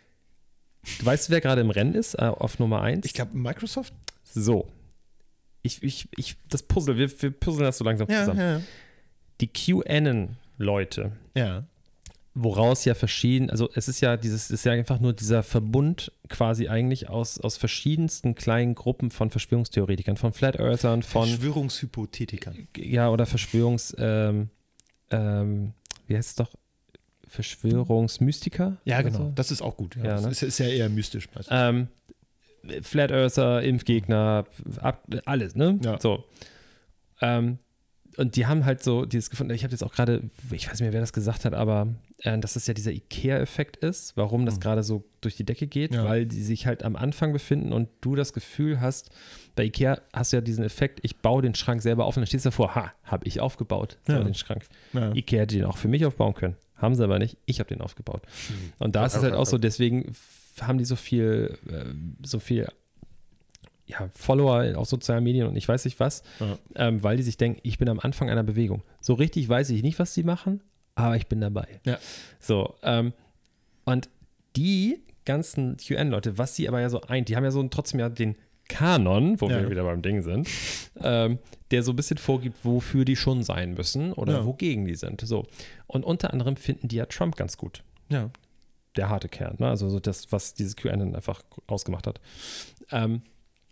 Du weißt, wer gerade im Rennen ist, äh, auf Nummer eins? Ich glaube, Microsoft. So. Ich, ich, ich, das Puzzle, wir, wir puzzeln das so langsam zusammen. ja. Die QAnon-Leute, Ja. woraus ja verschieden, also es ist ja dieses, es ist ja einfach nur dieser Verbund quasi eigentlich aus, aus verschiedensten kleinen Gruppen von Verschwörungstheoretikern, von Flat Earthern, von, Verschwörungshypothetikern. ja, oder Verschwörungs, ähm, ähm, wie heißt es doch? Verschwörungsmystiker? Ja, oder genau. so? Das ist auch gut. Ja, Ja, das ne? ist, ist ja eher mystisch. meistens. Ähm, Flat Earther, Impfgegner, ab, alles, ne? Ja. So. Ähm, und die haben halt so dieses gefunden, ich habe jetzt auch gerade, ich weiß nicht mehr, wer das gesagt hat, aber äh, dass das ja dieser IKEA-Effekt ist, warum das Mhm. gerade so durch die Decke geht, Ja. weil die sich halt am Anfang befinden und du das Gefühl hast, bei IKEA hast du ja diesen Effekt, ich baue den Schrank selber auf und dann stehst du davor, ha, habe ich aufgebaut, so Ja. den Schrank. Ja. IKEA hätte den auch für mich aufbauen können. Haben sie aber nicht. Ich habe den aufgebaut. Mhm. Und da ist es Ja, halt ja, auch so, ja. deswegen f- haben die so viel, äh, so viel ja, Follower auf sozialen Medien und ich weiß nicht was, Ja. ähm, weil die sich denken, ich bin am Anfang einer Bewegung. So richtig weiß ich nicht, was die machen, aber ich bin dabei. Ja. So, ähm, und die ganzen QAnon-Leute, was sie aber ja so eint, die haben ja so trotzdem ja den Kanon, wo Ja. wir wieder beim Ding sind, ähm, der so ein bisschen vorgibt, wofür die schon sein müssen oder Ja. wogegen die sind. So. Und unter anderem finden die ja Trump ganz gut. Ja. Der harte Kern, ne? Also so das, was dieses QAnon einfach ausgemacht hat. Ähm,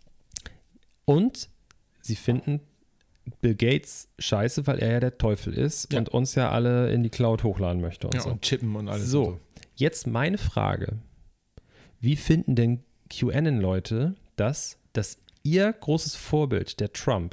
und sie finden Bill Gates scheiße, weil er ja der Teufel ist Ja. und uns ja alle in die Cloud hochladen möchte und Ja, so. und chippen und alles. So, und jetzt meine Frage. Wie finden denn QAnon-Leute das, dass ihr großes Vorbild, der Trump,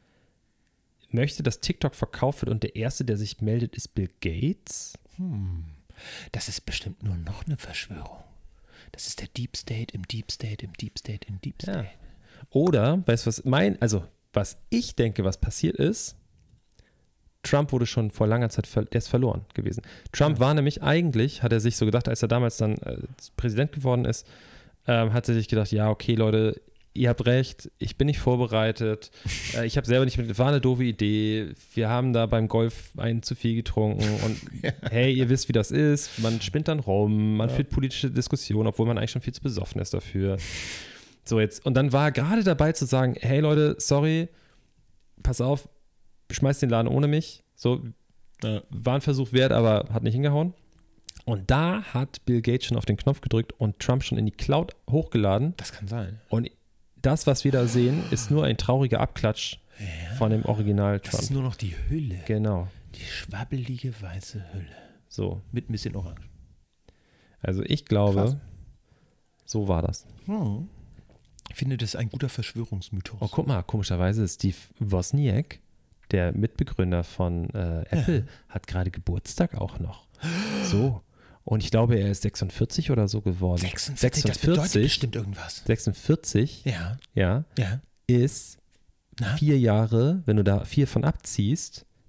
möchte, dass TikTok verkauft wird und der Erste, der sich meldet, ist Bill Gates? Hm. Das ist bestimmt nur noch eine Verschwörung. Das ist der Deep State im Deep State im Deep State im Deep Ja. State. Oder, weißt du was, mein, also was ich denke, was passiert ist, Trump wurde schon vor langer Zeit, ver- der ist verloren gewesen. Trump Ja. war nämlich eigentlich, hat er sich so gedacht, als er damals dann äh, Präsident geworden ist, ähm, hat er sich gedacht, ja, okay, Leute, ihr habt recht, ich bin nicht vorbereitet, äh, ich habe selber nicht mit, war eine doofe Idee, wir haben da beim Golf einen zu viel getrunken und hey, ihr wisst, wie das ist, man spinnt dann rum, man Ja. führt politische Diskussionen, obwohl man eigentlich schon viel zu besoffen ist dafür. So jetzt, und dann war er gerade dabei zu sagen, hey Leute, sorry, pass auf, schmeißt den Laden ohne mich. So, Ja. war ein Versuch wert, aber hat nicht hingehauen. Und da hat Bill Gates schon auf den Knopf gedrückt und Trump schon in die Cloud hochgeladen. Das kann sein. Und das, was wir da sehen, ist nur ein trauriger Abklatsch Ja. von dem Original Das Trump. ist nur noch die Hülle. Genau. Die schwabbelige weiße Hülle. So. Mit ein bisschen Orange. Also ich glaube, Krass. so war das. Hm. Ich finde, das ist ein guter Verschwörungsmythos. Oh, guck mal, komischerweise Steve Wozniak, der Mitbegründer von äh, Apple, hat gerade Geburtstag auch noch. So. Und ich glaube, er ist sechsundvierzig oder so geworden. sechsundvierzig, das bedeutet bestimmt irgendwas. sechsundvierzig, Ja, ja, ja. ist Na? vier Jahre, wenn du da vier von abziehst,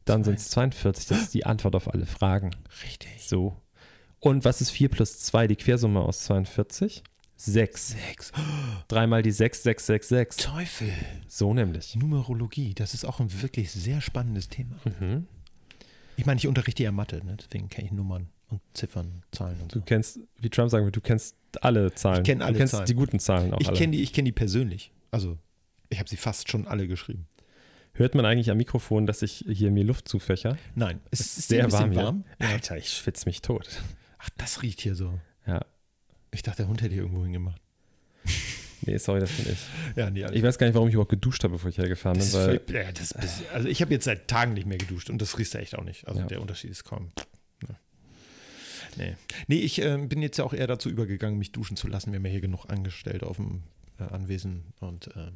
Dann sind es zweiundvierzig. Das ist die Antwort auf alle Fragen. Richtig. So. Und was ist vier plus zwei, die Quersumme aus zweiundvierzig? sechs. Sechs. Dreimal die sechs, sechs, sechs, sechs. Teufel. So nämlich. Numerologie, das ist auch ein wirklich sehr spannendes Thema. Mhm. Ich meine, ich unterrichte ja Mathe, ne? Deswegen kenne ich Nummern und Ziffern, Zahlen und so. Du kennst, wie Trump sagen würde, du kennst alle Zahlen. Ich kenne alle Du kennst Zahlen. die guten Zahlen auch Ich alle. kenne die, ich kenn die persönlich. Also, ich habe sie fast schon alle geschrieben. Hört man eigentlich am Mikrofon, dass ich hier mir Luft zufächer? Nein, es Es ist sehr warm. warm. Ja. Alter, ich schwitze mich tot. Ach, das riecht hier so. Ja. Ich dachte, der Hund hätte hier irgendwo hingemacht. Nee, sorry, das bin ich. Ja, nee, Ich weiß gar nicht, warum ich überhaupt geduscht habe, bevor ich hergefahren bin. das Weil, ist völlig, ja, das ist, also ich habe jetzt seit Tagen nicht mehr geduscht und das riechst du echt auch nicht. Also Ja. der Unterschied ist kaum. Ja. Nee. nee, ich äh, bin jetzt ja auch eher dazu übergegangen, mich duschen zu lassen. Wir haben ja hier genug Angestellte auf dem äh, Anwesen und ähm,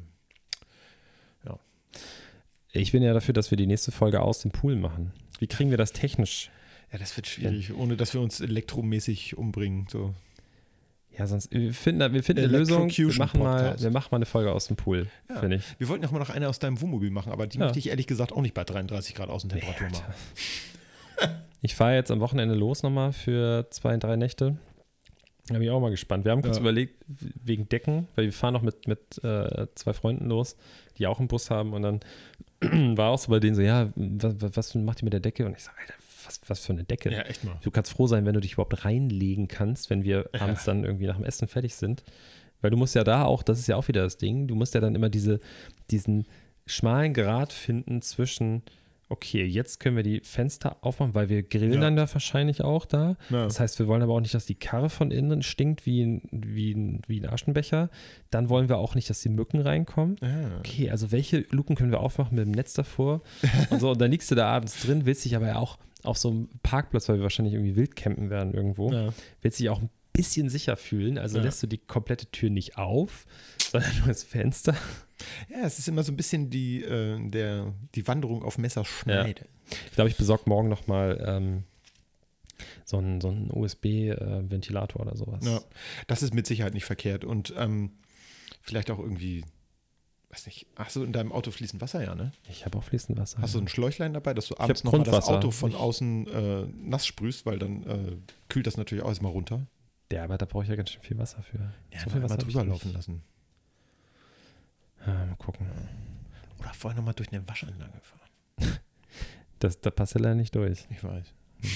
ich bin ja dafür, dass wir die nächste Folge aus dem Pool machen. Wie kriegen wir das technisch? ja, das wird schwierig, ohne dass wir uns elektromäßig umbringen. So. Ja, sonst, wir finden, wir finden eine Lösung. Wir Electrocution machen, mal, Podcast. wir machen mal eine Folge aus dem Pool, Ja. finde ich. Wir wollten auch mal noch eine aus deinem Wohnmobil machen, aber die Ja. möchte ich ehrlich gesagt auch nicht bei dreiunddreißig Grad Außentemperatur Nee, machen. Ich fahre jetzt am Wochenende los nochmal für zwei, drei Nächte. Da bin ich auch mal gespannt. Wir haben kurz Ja. überlegt, wegen Decken, weil wir fahren noch mit, mit äh, zwei Freunden los, die auch einen Bus haben. Und dann war auch so bei denen so, ja, was, was macht ihr mit der Decke? Und ich sage, Alter, was, was für eine Decke? Ja, echt mal. Du kannst froh sein, wenn du dich überhaupt reinlegen kannst, wenn wir Ja. abends dann irgendwie nach dem Essen fertig sind. Weil du musst ja da auch, das ist ja auch wieder das Ding, du musst ja dann immer diese, diesen schmalen Grat finden zwischen, okay, jetzt können wir die Fenster aufmachen, weil wir grillen Ja. dann da wahrscheinlich auch da. Ja. Das heißt, wir wollen aber auch nicht, dass die Karre von innen stinkt wie ein, wie ein, wie ein Aschenbecher. Dann wollen wir auch nicht, dass die Mücken reinkommen. Ah. Okay, also welche Luken können wir aufmachen mit dem Netz davor? Und so, und dann liegst du da abends drin, willst dich aber ja auch auf so einem Parkplatz, weil wir wahrscheinlich irgendwie wild campen werden irgendwo, Ja. willst dich auch ein bisschen sicher fühlen. Also Ja. lässt du die komplette Tür nicht auf, sondern nur das Fenster. Ja, es ist immer so ein bisschen die, äh, der, die Wanderung auf Messerschneide. Ich glaube, ich besorge morgen nochmal ähm, so einen, so einen U S B-Ventilator oder sowas. Ja, das ist mit Sicherheit nicht verkehrt. Und ähm, vielleicht auch irgendwie, weiß nicht, ach so, in deinem Auto fließt Wasser, ja, ne? Ich habe auch fließend Wasser. Hast du ein Schläuchlein dabei, dass du abends hab nochmal das Grundwasser. Auto von Ich- außen äh, nass sprühst, weil dann äh, kühlt das natürlich auch erstmal runter. Ja, aber da brauche ich ja ganz schön viel Wasser für. Ja, so viel mal Wasser hab ich drüber nicht. laufen lassen. Ja, mal gucken. Oder vorher nochmal durch eine Waschanlage fahren. Das, da passt ja leider nicht durch. Ich weiß.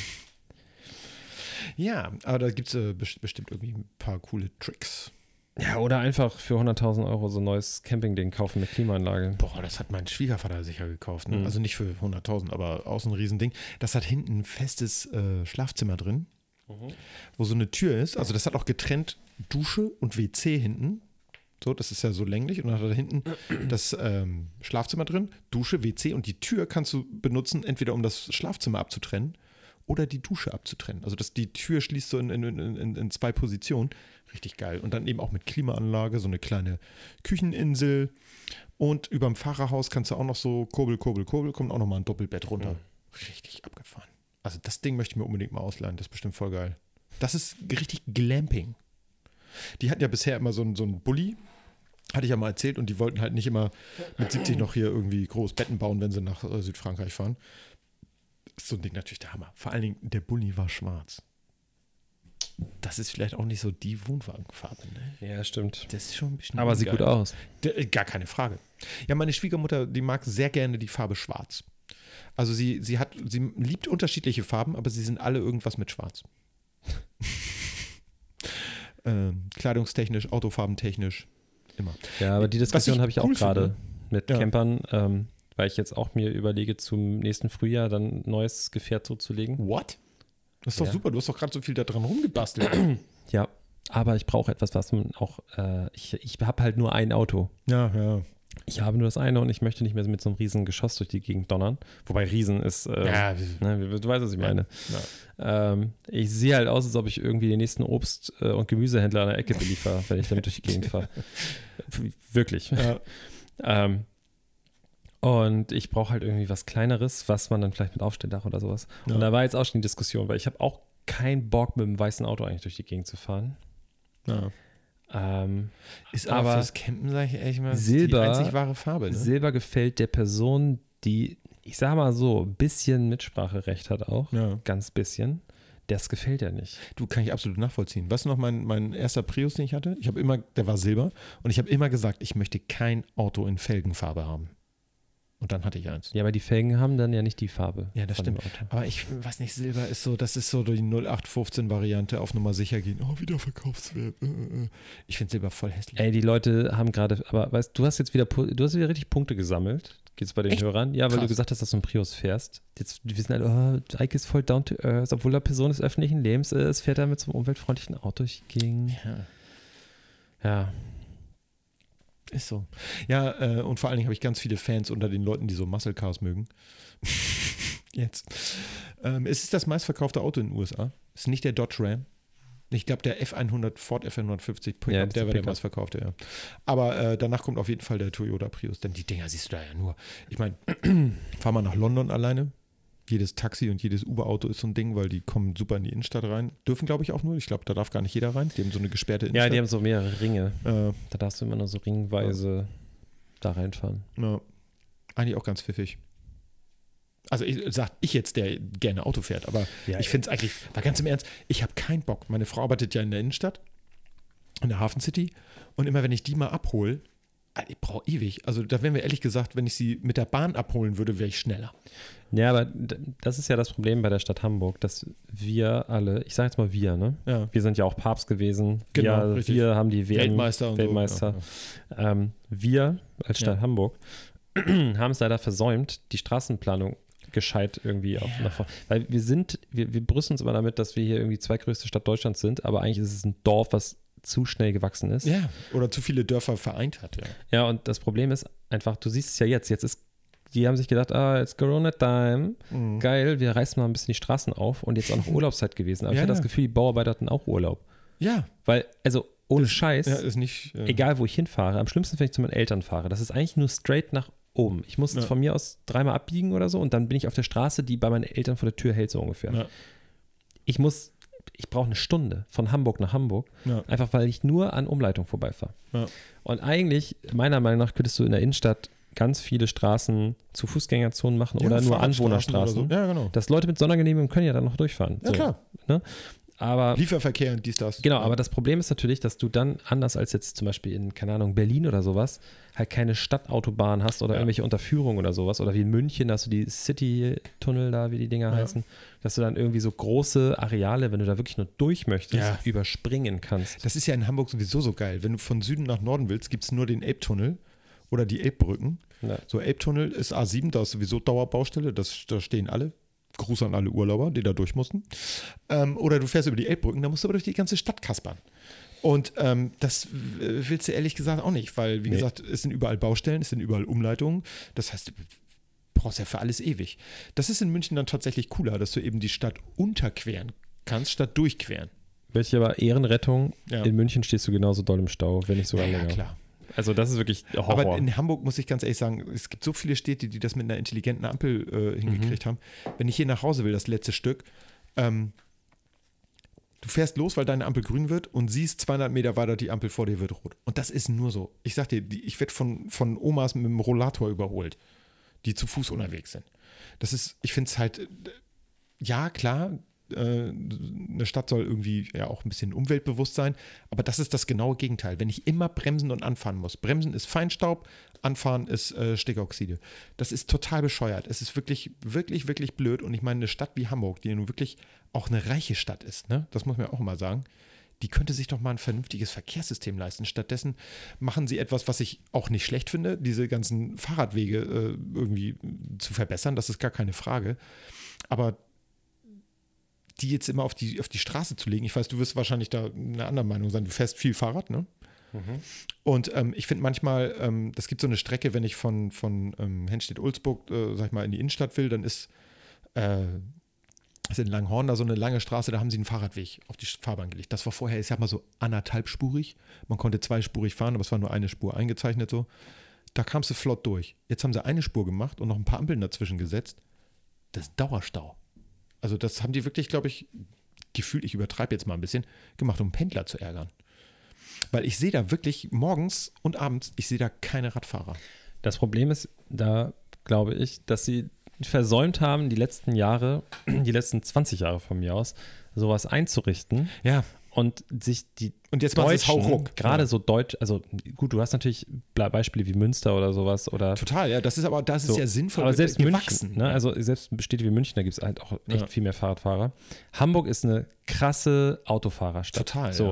Ja, aber da gibt es äh, best- bestimmt irgendwie ein paar coole Tricks. Ja, oder einfach für hunderttausend Euro so ein neues Campingding kaufen mit Klimaanlage. Boah, das hat mein Schwiegervater sicher gekauft. Ne? Mhm. Also nicht für hunderttausend, aber auch so ein Riesending. Das hat hinten ein festes äh, Schlafzimmer drin, wo so eine Tür ist. Also das hat auch getrennt Dusche und W C hinten. So, das ist ja so länglich. Und dann hat er da hinten das ähm, Schlafzimmer drin, Dusche, W C und die Tür kannst du benutzen, entweder um das Schlafzimmer abzutrennen oder die Dusche abzutrennen. Also das, die Tür schließt so in, in, in, in zwei Positionen. Richtig geil. Und dann eben auch mit Klimaanlage, so eine kleine Kücheninsel. Und überm Fahrerhaus kannst du auch noch so Kurbel, Kurbel, Kurbel, kommt auch nochmal ein Doppelbett runter. Richtig abgefahren. Also das Ding möchte ich mir unbedingt mal ausleihen. Das ist bestimmt voll geil. Das ist richtig Glamping. Die hatten ja bisher immer so einen, so einen Bulli. Hatte ich ja mal erzählt. Und die wollten halt nicht immer mit siebzig noch hier irgendwie groß Betten bauen, wenn sie nach äh, Südfrankreich fahren. Ist so ein Ding natürlich der Hammer. Vor allen Dingen, der Bulli war schwarz. Das ist vielleicht auch nicht so die Wohnwagenfarbe, ne? Ja, stimmt. Das ist schon ein bisschen. Aber sieht ungeil. gut aus. D- äh, Gar keine Frage. Ja, meine Schwiegermutter, die mag sehr gerne die Farbe Schwarz. Also sie, sie hat, sie liebt unterschiedliche Farben, aber sie sind alle irgendwas mit Schwarz. ähm, kleidungstechnisch, autofarbentechnisch, immer. Ja, aber die Was Diskussion ich habe ich cool auch gerade finde. mit Ja. Campern, ähm, weil ich jetzt auch mir überlege, zum nächsten Frühjahr dann ein neues Gefährt zuzulegen. What? Das ist doch Ja. super, du hast doch gerade so viel da dran rumgebastelt. Ja, aber ich brauche etwas, was man auch, äh, ich, ich habe halt nur ein Auto. ja, ja. Ich habe nur das eine und ich möchte nicht mehr mit so einem riesen Geschoss durch die Gegend donnern. Wobei Riesen ist, äh, Ja, ne, du weißt, was ich meine. ja. Ähm, ich sehe halt aus, als ob ich irgendwie den nächsten Obst- äh, und Gemüsehändler an der Ecke beliefer, wenn ich damit durch die Gegend fahre. Wirklich. Ja. ähm, und ich brauche halt irgendwie was Kleineres, was man dann vielleicht mit Aufstelldach oder sowas. Ja. Und da war jetzt auch schon die Diskussion, weil ich habe auch keinen Bock, mit einem weißen Auto eigentlich durch die Gegend zu fahren. Ja. Ähm, Ist aber Aber fürs Campen, sage ich ehrlich mal, Silber- die einzig wahre Farbe. Ne? Silber gefällt der Person, die ich sag mal so, ein bisschen Mitspracherecht hat auch, Ja. ganz bisschen. Das gefällt ja nicht. Du, kann ich absolut nachvollziehen. Weißt du noch, mein, mein erster Prius, den ich hatte? Ich habe immer, der war Silber und ich habe immer gesagt, ich möchte kein Auto in Felgenfarbe haben. Und dann hatte ich eins. Ja, aber die Felgen haben dann ja nicht die Farbe. Ja, das von dem stimmt. Auto. Aber ich weiß nicht, Silber ist so, das ist so die null acht fünfzehn Variante auf Nummer sicher gehen. Oh, Wiederverkaufswert. Äh, äh. Ich finde Silber voll hässlich. Ey, die Leute haben gerade, aber weißt du, hast jetzt wieder, pu- du hast wieder richtig Punkte gesammelt. Geht's bei den Echt? Hörern? Ja, weil Krass. du gesagt hast, dass du einen Prius fährst. Jetzt, wir wissen alle, oh, Ike ist voll down to earth, obwohl er Person des öffentlichen Lebens ist, fährt er mit so einem umweltfreundlichen Auto durch die Gegend. Ja, Ja. ist so. Ja, äh, und vor allen Dingen habe ich ganz viele Fans unter den Leuten, die so Muscle Cars mögen. Jetzt. Ähm, es ist das meistverkaufte Auto in den U S A. Es ist nicht der Dodge Ram. Ich glaube, der F hundert, Ford F hundertfünfzig, Pickup, Ja, das ist der der war der Pickup. meistverkaufte, ja. Aber äh, danach kommt auf jeden Fall der Toyota Prius, denn die Dinger siehst du da ja nur. Ich meine, fahr mal nach London alleine. Jedes Taxi und jedes Uber-Auto ist so ein Ding, weil die kommen super in die Innenstadt rein. Dürfen, glaube ich, auch nur. Ich glaube, da darf gar nicht jeder rein. Die haben so eine gesperrte Ja, Innenstadt. die haben so mehrere Ringe. äh, Da darfst du immer nur so ringweise da reinfahren. Ja, eigentlich auch ganz pfiffig. Also ich sag ich jetzt, der gerne Auto fährt, aber Ja, ich finde es eigentlich, mal ganz im Ernst, ich habe keinen Bock. Meine Frau arbeitet ja in der Innenstadt, in der Hafen City und immer wenn ich die mal abhole, ich brauche ewig. Also da wären wir ehrlich gesagt, wenn ich sie mit der Bahn abholen würde, wäre ich schneller. Ja, aber d- das ist ja das Problem bei der Stadt Hamburg, dass wir alle, ich sage jetzt mal wir, ne? Ja, Wir sind ja auch Papst gewesen. Genau, wir, richtig. wir haben die W M, Weltmeister und Weltmeister. so. Ja, Ähm, wir als Stadt Ja. Hamburg haben es leider versäumt, die Straßenplanung gescheit irgendwie auf Ja. nach vorne. Weil wir sind, wir, wir brüsten uns immer damit, dass wir hier irgendwie zweitgrößte Stadt Deutschlands sind, aber eigentlich ist es ein Dorf, was zu schnell gewachsen ist. ja. ja, oder zu viele Dörfer vereint hat, ja. Ja, und das Problem ist einfach, du siehst es ja jetzt, jetzt ist, die haben sich gedacht, ah, it's Corona Time, Mhm. geil, wir reißen mal ein bisschen die Straßen auf und jetzt auch noch Urlaubszeit gewesen. Aber Ja, ich hatte ja. das Gefühl, die Bauarbeiter hatten auch Urlaub. Ja, Weil, also ohne Scheiß, ja, ist nicht. äh, egal wo ich hinfahre, am schlimmsten, wenn ich zu meinen Eltern fahre, das ist eigentlich nur straight nach oben. Ich muss Ja. von mir aus dreimal abbiegen oder so und dann bin ich auf der Straße, die bei meinen Eltern vor der Tür hält, so ungefähr. Ja. Ich muss, ich brauche eine Stunde von Hamburg nach Hamburg, Ja. einfach weil ich nur an Umleitung vorbeifahre. Ja. Und eigentlich, meiner Meinung nach, könntest du in der Innenstadt ganz viele Straßen zu Fußgängerzonen machen Ja, oder nur Fahrradstraßen Anwohnerstraßen. oder so. Ja, genau. Dass Leute mit Sondergenehmigung können ja dann noch durchfahren. Ja, so, klar. Ne? Aber Lieferverkehr und dies, das. genau, aber das Problem ist natürlich, dass du dann anders als jetzt zum Beispiel in, keine Ahnung, Berlin oder sowas, halt keine Stadtautobahn hast oder Ja. irgendwelche Unterführungen oder sowas. Oder wie in München, da hast du die City-Tunnel da, wie die Dinger Ja. heißen, dass du dann irgendwie so große Areale, wenn du da wirklich nur durch möchtest, Ja. überspringen kannst. Das ist ja in Hamburg sowieso so geil. Wenn du von Süden nach Norden willst, gibt es nur den Elbtunnel oder die Elbbrücken. Ja. So, Elbtunnel ist A sieben, da ist sowieso Dauerbaustelle, das, da stehen alle. Gruß an alle Urlauber, die da durch mussten. Ähm, oder du fährst über die Elbbrücken, da musst du aber durch die ganze Stadt kaspern. Und ähm, das äh, willst du ehrlich gesagt auch nicht, weil, wie Nee. gesagt, es sind überall Baustellen, es sind überall Umleitungen. Das heißt, du brauchst ja für alles ewig. Das ist in München dann tatsächlich cooler, dass du eben die Stadt unterqueren kannst, statt durchqueren. Welche aber Ehrenrettung, Ja. in München stehst du genauso doll im Stau, wenn nicht sogar ja, länger. klar. Also das ist wirklich Horror. Aber in Hamburg muss ich ganz ehrlich sagen, es gibt so viele Städte, die das mit einer intelligenten Ampel äh, hingekriegt haben. Wenn ich hier nach Hause will, das letzte Stück, ähm, du fährst los, weil deine Ampel grün wird und siehst zweihundert Meter weiter, die Ampel vor dir wird rot. Und das ist nur so. Ich sag dir, die, ich werde von, von Omas mit dem Rollator überholt, die zu Fuß unterwegs sind. Das ist, ich finde es halt, äh, ja klar, äh, eine Stadt soll irgendwie ja auch ein bisschen umweltbewusst sein, aber das ist das genaue Gegenteil. Wenn ich immer bremsen und anfahren muss. Bremsen ist Feinstaub, anfahren ist äh, Stickoxide. Das ist total bescheuert. Es ist wirklich, wirklich, wirklich blöd. Und ich meine, eine Stadt wie Hamburg, die ja nun wirklich auch eine reiche Stadt ist, ne? Das muss man auch mal sagen, die könnte sich doch mal ein vernünftiges Verkehrssystem leisten. Stattdessen machen sie etwas, was ich auch nicht schlecht finde, diese ganzen Fahrradwege äh, irgendwie zu verbessern. Das ist gar keine Frage. Aber die jetzt immer auf die, auf die Straße zu legen, ich weiß, du wirst wahrscheinlich da eine andere Meinung sein. Du fährst viel Fahrrad, ne? Mhm. Und ähm, ich finde manchmal, ähm, das gibt so eine Strecke, wenn ich von, von ähm, Henstedt-Ulzburg, äh, sag ich mal, in die Innenstadt will, dann ist, äh, ist in Langhorn da so eine lange Straße, da haben sie einen Fahrradweg auf die Fahrbahn gelegt. Das war vorher, ich sag mal so anderthalbspurig. Man konnte zweispurig fahren, aber es war nur eine Spur eingezeichnet so. Da kamst du flott durch. Jetzt haben sie eine Spur gemacht und noch ein paar Ampeln dazwischen gesetzt. Das ist Dauerstau. Also das haben die wirklich, glaube ich, gefühlt, ich übertreibe jetzt mal ein bisschen, gemacht, um Pendler zu ärgern. Weil ich sehe da wirklich morgens und abends, ich sehe da keine Radfahrer. Das Problem ist da, glaube ich, dass sie versäumt haben, die letzten Jahre, die letzten zwanzig Jahre von mir aus, sowas einzurichten. Ja. Und sich die Und jetzt macht es Hauruck. gerade Ja. so deutsch, also gut, du hast natürlich Beispiele wie Münster oder sowas oder Total, ja, das ist aber, das ist so. ja sinnvoll Aber selbst gewachsen. München, ne, also selbst Städte wie München, da gibt es halt auch echt Ja. viel mehr Fahrradfahrer. Hamburg ist eine krasse Autofahrerstadt. Total, so. ja.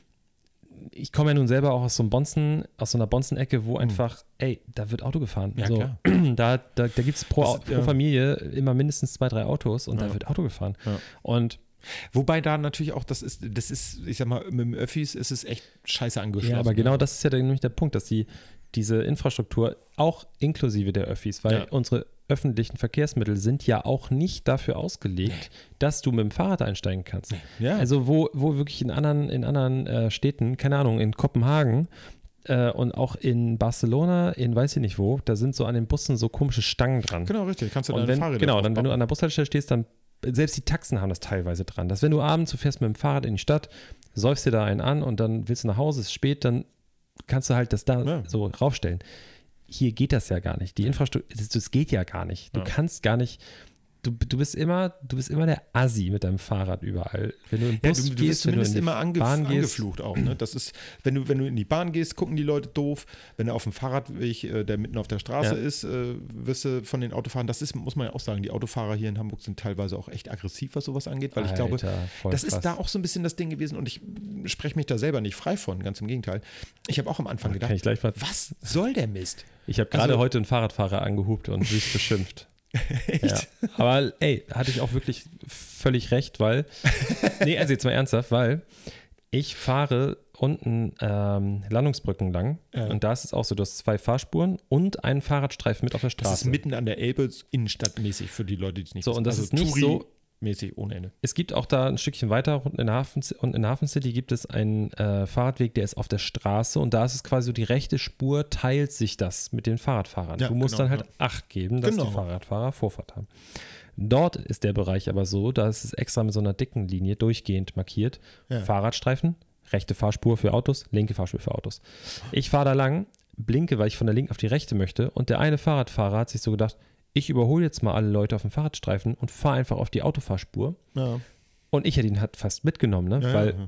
Ich komme ja nun selber auch aus so einem Bonzen, aus so einer Bonzen-Ecke, wo einfach, ey, da wird Auto gefahren. Ja, so, klar. Da, da, da gibt es pro, Das ist, pro ja. Familie immer mindestens zwei, drei Autos und Ja. da wird Auto gefahren. Ja. Und Wobei da natürlich auch, das ist, das ist, ich sag mal, mit dem Öffis ist es echt scheiße angeschlossen. ja, aber genau das ist ja dann nämlich der Punkt, dass die, diese Infrastruktur auch inklusive der Öffis, weil Ja. unsere öffentlichen Verkehrsmittel sind ja auch nicht dafür ausgelegt, dass du mit dem Fahrrad einsteigen kannst. Ja. Also wo, wo wirklich in anderen, in anderen äh, Städten, keine Ahnung, in Kopenhagen äh, und auch in Barcelona, in weiß ich nicht wo, da sind so an den Bussen so komische Stangen dran. Genau, richtig. Kannst du Und deine wenn, Fahrräder genau, dann wenn du draufbauen. an der Bushaltestelle stehst, dann selbst die Taxen haben das teilweise dran. Dass wenn du abends, du fährst mit dem Fahrrad in die Stadt, säufst dir da einen an und dann willst du nach Hause, es ist spät, dann kannst du halt das da Ja. so raufstellen. Hier geht das ja gar nicht. Die Infrastruktur, das, das geht ja gar nicht. Du Ja. kannst gar nicht, du, du bist immer, du bist immer der Assi mit deinem Fahrrad überall. Wenn du im Ja, Bus du, du gehst, wirst wenn du in zumindest die immer angef Bahn gehst. angeflucht auch. Ne? Das ist, wenn du, wenn du in die Bahn gehst, gucken die Leute doof. Wenn du auf dem Fahrradweg, äh, der mitten auf der Straße Ja. ist, äh, wirst du von den Autofahrern, das ist, muss man ja auch sagen, die Autofahrer hier in Hamburg sind teilweise auch echt aggressiv, was sowas angeht, weil ich glaube, Alter, voll das krass. ist da auch so ein bisschen das Ding gewesen und ich spreche mich da selber nicht frei von, ganz im Gegenteil. Ich habe auch am Anfang Kann gedacht, ich gleich mal. was soll der Mist? Ich habe gerade Also- heute einen Fahrradfahrer angehupt und süß beschimpft. Echt? Ja. Aber ey, hatte ich auch wirklich völlig recht, weil, nee, also jetzt mal ernsthaft, weil ich fahre unten ähm, Landungsbrücken lang Ja. und da ist es auch so, du hast zwei Fahrspuren und einen Fahrradstreifen mit auf der Das Straße. ist mitten an der Elbe, innenstadtmäßig für die Leute, die es nicht So, und das Also ist nicht so- Touri-mäßig ohne Ende. Es gibt auch da ein Stückchen weiter unten in der Hafen, und in der Hafen City gibt es einen äh, Fahrradweg, der ist auf der Straße und da ist es quasi so, die rechte Spur teilt sich das mit den Fahrradfahrern. Ja, du musst genau, dann halt ja. Acht geben, dass Genau. die Fahrradfahrer Vorfahrt haben. Dort ist der Bereich aber so, da ist es extra mit so einer dicken Linie durchgehend markiert. Ja. Fahrradstreifen, rechte Fahrspur für Autos, linke Fahrspur für Autos. Ich fahre da lang, blinke, weil ich von der linken auf die rechte möchte und der eine Fahrradfahrer hat sich so gedacht, ich überhole jetzt mal alle Leute auf dem Fahrradstreifen und fahre einfach auf die Autofahrspur. Ja. Und ich hätte ihn halt fast mitgenommen, ne? Ja, weil, ja.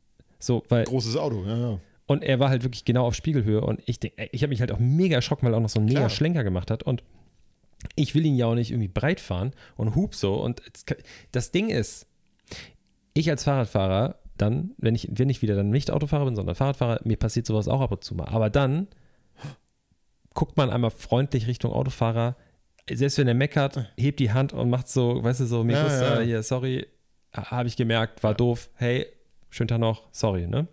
so, weil, Großes Auto, ja, ja. und er war halt wirklich genau auf Spiegelhöhe und ich denke, ich habe mich halt auch mega erschrocken, weil er auch noch so einen mega Klar. Schlenker gemacht hat und ich will ihn ja auch nicht irgendwie breit fahren und hub so und es kann- das Ding ist, ich als Fahrradfahrer dann, wenn ich, wenn ich wieder dann nicht Autofahrer bin, sondern Fahrradfahrer, mir passiert sowas auch ab und zu mal, aber dann guckt man einmal freundlich Richtung Autofahrer, selbst wenn er meckert, hebt die Hand und macht so, weißt du, so, mir Ja, gusta, ja. hier, sorry, habe ich gemerkt, war doof, hey, schönen Tag noch, sorry, ne?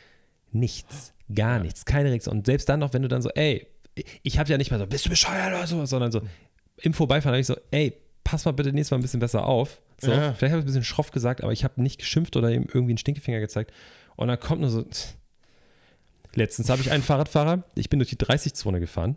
Nichts, gar Ja. nichts, keine Reaktion. Und selbst dann noch, wenn du dann so, ey, ich habe ja nicht mal so, bist du bescheuert oder so, sondern so, im Vorbeifahren habe ich so, ey, pass mal bitte nächstes Mal ein bisschen besser auf. So, Ja. vielleicht habe ich ein bisschen schroff gesagt, aber ich habe nicht geschimpft oder ihm irgendwie einen Stinkefinger gezeigt. Und dann kommt nur so, letztens habe ich einen Fahrradfahrer, ich bin durch die dreißig-Zone gefahren,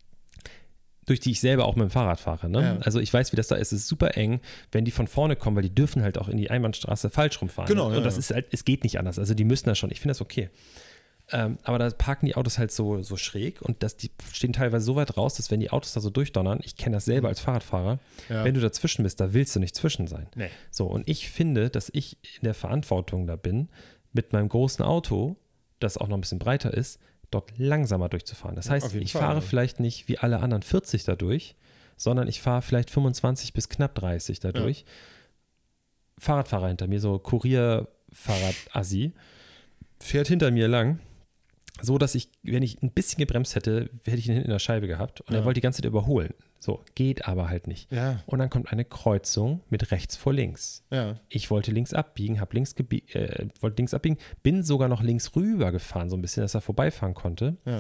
durch die ich selber auch mit dem Fahrrad fahre. Ne? Ja. Also ich weiß, wie das da ist. Es ist super eng, wenn die von vorne kommen, weil die dürfen halt auch in die Einbahnstraße falsch rumfahren. Genau, ne? ja, Und das ja. ist halt, es geht nicht anders. Also die müssen das schon. Ich finde das okay. Ähm, aber da parken die Autos halt so, so schräg und das, die stehen teilweise so weit raus, dass wenn die Autos da so durchdonnern, ich kenne das selber als Fahrradfahrer, Ja. wenn du dazwischen bist, da willst du nicht zwischen sein. Nee. So, und ich finde, dass ich in der Verantwortung da bin, mit meinem großen Auto, das auch noch ein bisschen breiter ist, dort langsamer durchzufahren. Das heißt, Auf jeden ich Fall, fahre ja. vielleicht nicht wie alle anderen vierzig dadurch, sondern ich fahre vielleicht fünfundzwanzig bis knapp dreißig dadurch. Fahrradfahrer hinter mir, so Kurierfahrrad-Assi, fährt hinter mir lang, so dass ich, wenn ich ein bisschen gebremst hätte, hätte ich ihn hinten in der Scheibe gehabt und Ja. er wollte die ganze Zeit überholen. So, geht aber halt nicht. Ja, Und dann kommt eine Kreuzung mit rechts vor links. ja. Ich wollte links abbiegen, habe links, gebie- äh, wollte links abbiegen, bin sogar noch links rüber gefahren, so ein bisschen, dass er vorbeifahren konnte. ja.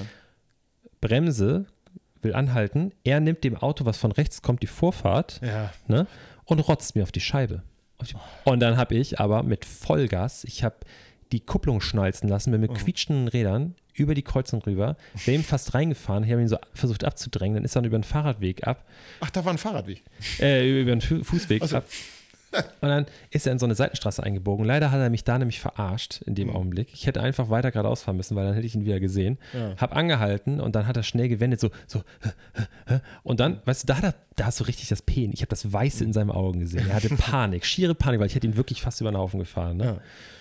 Bremse, will anhalten. Er nimmt dem Auto, was von rechts kommt, die Vorfahrt, Ja. ne, und rotzt mir auf die Scheibe. Auf die- Und dann habe ich aber mit Vollgas, ich habe die Kupplung schnalzen lassen, bin mit Oh. quietschenden Rädern über die Kreuzung rüber, bin ihm fast reingefahren, ich habe ihn so versucht abzudrängen, dann ist er über den Fahrradweg ab, Ach, da war ein Fahrradweg. äh, über den Fu- Fußweg Ach so. ab. Und dann ist er in so eine Seitenstraße eingebogen. Leider hat er mich da nämlich verarscht in dem Mhm. Augenblick. Ich hätte einfach weiter geradeaus fahren müssen, weil dann hätte ich ihn wieder gesehen. Ja. Hab angehalten und dann hat er schnell gewendet, so, so. Und dann, weißt du, da, hat er, da hast du richtig das Pen. Ich habe das Weiße in seinen Augen gesehen. Er hatte Panik, schiere Panik, weil ich hätte ihn wirklich fast über den Haufen gefahren. Ne? Ja.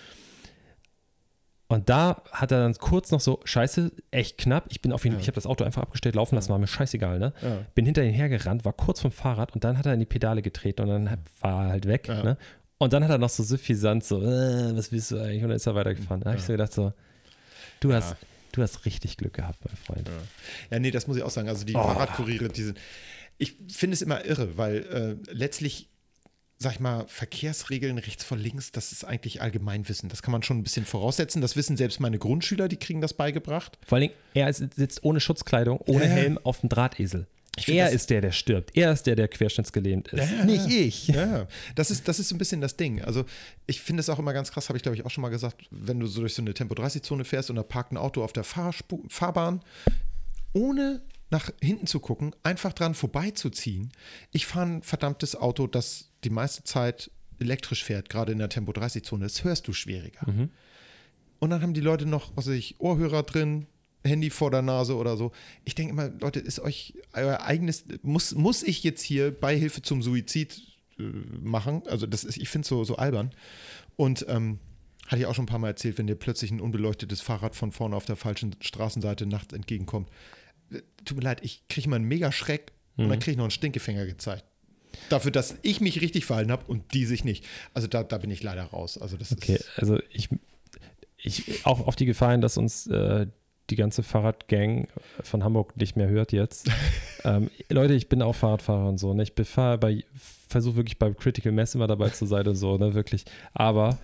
Und da hat er dann kurz noch so, scheiße, echt knapp. Ich bin auf ihn, Ja. ich habe das Auto einfach abgestellt, laufen lassen, war mir scheißegal, ne? Ja. Bin hinter ihn hergerannt, war kurz vom Fahrrad und dann hat er in die Pedale getreten und dann hat, war er halt weg, Ja. ne? Und dann hat er noch so suffisant so, äh, was willst du eigentlich? Und dann ist er weitergefahren. Da habe ich Ja. so gedacht so, du Ja. hast, du hast richtig Glück gehabt, mein Freund. Ja. ja, nee, das muss ich auch sagen. Also die Oh. Fahrradkuriere, die sind, ich finde es immer irre, weil äh, letztlich, sag ich mal, Verkehrsregeln rechts vor links, das ist eigentlich Allgemeinwissen. Das kann man schon ein bisschen voraussetzen. Das wissen selbst meine Grundschüler, die kriegen das beigebracht. Vor allen Dingen, er ist- sitzt ohne Schutzkleidung, ohne Ja, ja. Helm auf dem Drahtesel. Ich find Er das- ist der, der stirbt. Er ist der, der querschnittsgelähmt ist. Ja, Nicht ja. ich. Ja, das ist, das ist so ein bisschen das Ding. Also ich finde es auch immer ganz krass, habe ich glaube ich auch schon mal gesagt, wenn du so durch so eine Tempo dreißig Zone fährst und da parkt ein Auto auf der Fahrspur, Fahrbahn, ohne nach hinten zu gucken, einfach dran vorbeizuziehen. Ich fahre ein verdammtes Auto, das die meiste Zeit elektrisch fährt, gerade in der Tempo dreißig Zone, das hörst du schwieriger. Mhm. Und dann haben die Leute noch, was weiß ich, Ohrhörer drin, Handy vor der Nase oder so. Ich denke immer, Leute, ist euch euer eigenes, muss, muss ich jetzt hier Beihilfe zum Suizid äh, machen? Also das ist, ich finde es so, so albern. Und ähm, hatte ich auch schon ein paar Mal erzählt, wenn dir plötzlich ein unbeleuchtetes Fahrrad von vorne auf der falschen Straßenseite nachts entgegenkommt. Äh, Tut mir leid, ich kriege mal einen mega Schreck und dann kriege ich noch einen Stinkefänger gezeigt. Dafür, dass ich mich richtig verhalten habe und die sich nicht. Also da, da bin ich leider raus. Also das Okay, ist, also ich, ich auch auf die Gefahr hin, dass uns äh, die ganze Fahrradgang von Hamburg nicht mehr hört jetzt. ähm, Leute, ich bin auch Fahrradfahrer und so. Ne? Ich befahre bei, versuche wirklich bei Critical Mass immer dabei zu sein und so, ne, wirklich. Aber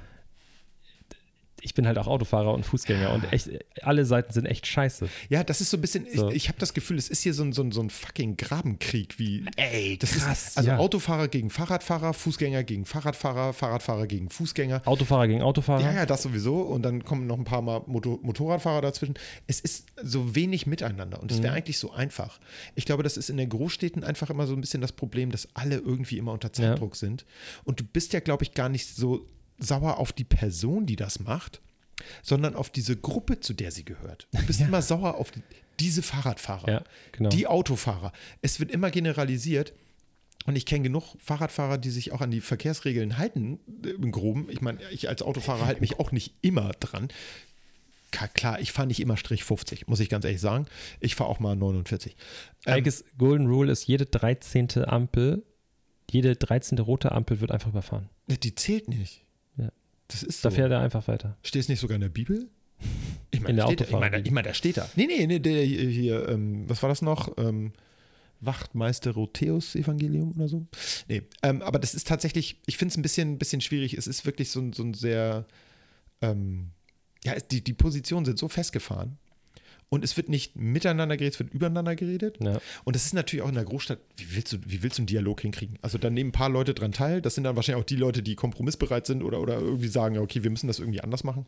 ich bin halt auch Autofahrer und Fußgänger und echt, alle Seiten sind echt scheiße. ja, das ist so ein bisschen, So. ich, ich habe das Gefühl, es ist hier so ein, so ein, so ein fucking Grabenkrieg, wie, Ey, das ist, also ja. Autofahrer gegen Fahrradfahrer, Fußgänger gegen Fahrradfahrer, Fahrradfahrer gegen Fußgänger. Autofahrer gegen Autofahrer. Ja, ja, das sowieso. Und dann kommen noch ein paar Mal Motor Motorradfahrer dazwischen. Es ist so wenig miteinander und es wäre eigentlich so einfach. Ich glaube, das ist in den Großstädten einfach immer so ein bisschen das Problem, dass alle irgendwie immer unter Zeitdruck sind. Und du bist ja, glaube ich, gar nicht so sauer auf die Person, die das macht, sondern auf diese Gruppe, zu der sie gehört. Du bist Ja. immer sauer auf die, diese Fahrradfahrer, Ja, genau. die Autofahrer. Es wird immer generalisiert. Und ich kenne genug Fahrradfahrer, die sich auch an die Verkehrsregeln halten, äh, im Groben. Ich meine, ich als Autofahrer halte mich auch nicht immer dran. Ka- Klar, ich fahre nicht immer Strich fünfzig, muss ich ganz ehrlich sagen. Ich fahre auch mal neunundvierzig. Ähm, Eikes Golden Rule ist, jede dreizehnte Ampel, jede dreizehnte rote Ampel wird einfach überfahren. die zählt nicht. Ja. Das ist so. Da fährt er einfach weiter. Steht es nicht sogar in der Bibel? Ich In der steht, ich meine, Autofahrerbibel. ich meine, da steht da. Nee, nee, nee, der hier, hier ähm, was war das noch? Ähm, Wachtmeister Rotheus Evangelium oder so? Nee, ähm, aber das ist tatsächlich, ich finde es ein bisschen, bisschen schwierig. Es ist wirklich so, ein- so ein sehr, ähm, ja, es- die, die Positionen sind so festgefahren. Und es wird nicht miteinander geredet, es wird übereinander geredet. Ja. Und das ist natürlich auch in der Großstadt, wie willst du, wie willst du einen Dialog hinkriegen? Also da nehmen ein paar Leute dran teil, das sind dann wahrscheinlich auch die Leute, die kompromissbereit sind oder, oder irgendwie sagen, ja, okay, wir müssen das irgendwie anders machen.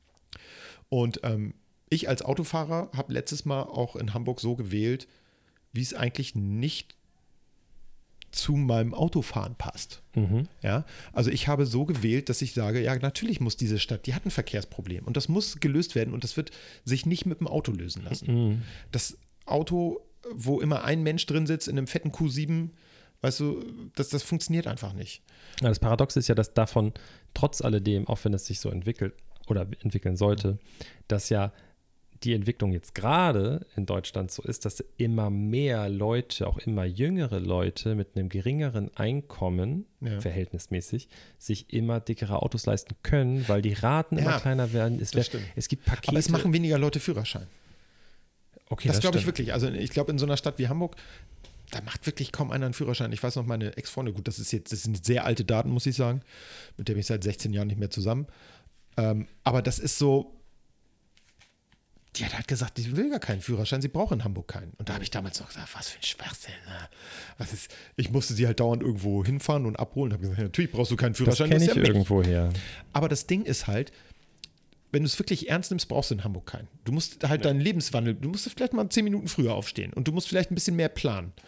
Und ähm, ich als Autofahrer habe letztes Mal auch in Hamburg so gewählt, wie es eigentlich nicht zu meinem Autofahren passt. Mhm. Ja, also ich habe so gewählt, dass ich sage, ja, natürlich muss diese Stadt, die hat ein Verkehrsproblem und das muss gelöst werden und das wird sich nicht mit dem Auto lösen lassen. Mhm. Das Auto, wo immer ein Mensch drin sitzt in einem fetten Q sieben, weißt du, das, das funktioniert einfach nicht. Ja, das Paradox ist ja, dass davon trotz alledem, auch wenn es sich so entwickelt oder entwickeln sollte, dass ja die Entwicklung jetzt gerade in Deutschland so ist, dass immer mehr Leute, auch immer jüngere Leute mit einem geringeren Einkommen, Ja. verhältnismäßig, sich immer dickere Autos leisten können, weil die Raten Ja, immer kleiner werden. Es, das wär, stimmt. es gibt Pakete. Aber es machen weniger Leute Führerschein. okay, das glaube ich stimmt. wirklich. Also ich glaube, in so einer Stadt wie Hamburg, da macht wirklich kaum einer einen Führerschein. Ich weiß noch, meine Ex-Freunde, gut, das ist jetzt, das sind sehr alte Daten, muss ich sagen, mit der bin ich seit sechzehn Jahren nicht mehr zusammen. Ähm, aber das ist so, die hat halt gesagt, die will gar keinen Führerschein, sie braucht in Hamburg keinen. Und da habe ich damals noch gesagt, was für ein Schwachsinn. ne? Was ist, ich musste sie halt dauernd irgendwo hinfahren und abholen. Habe gesagt, ja, natürlich brauchst du keinen Das Führerschein. kenne ist ich ja mich. irgendwo her. Aber das Ding ist halt, wenn du es wirklich ernst nimmst, brauchst du in Hamburg keinen. Du musst halt deinen Lebenswandel, du musst vielleicht mal zehn Minuten früher aufstehen und du musst vielleicht ein bisschen mehr planen.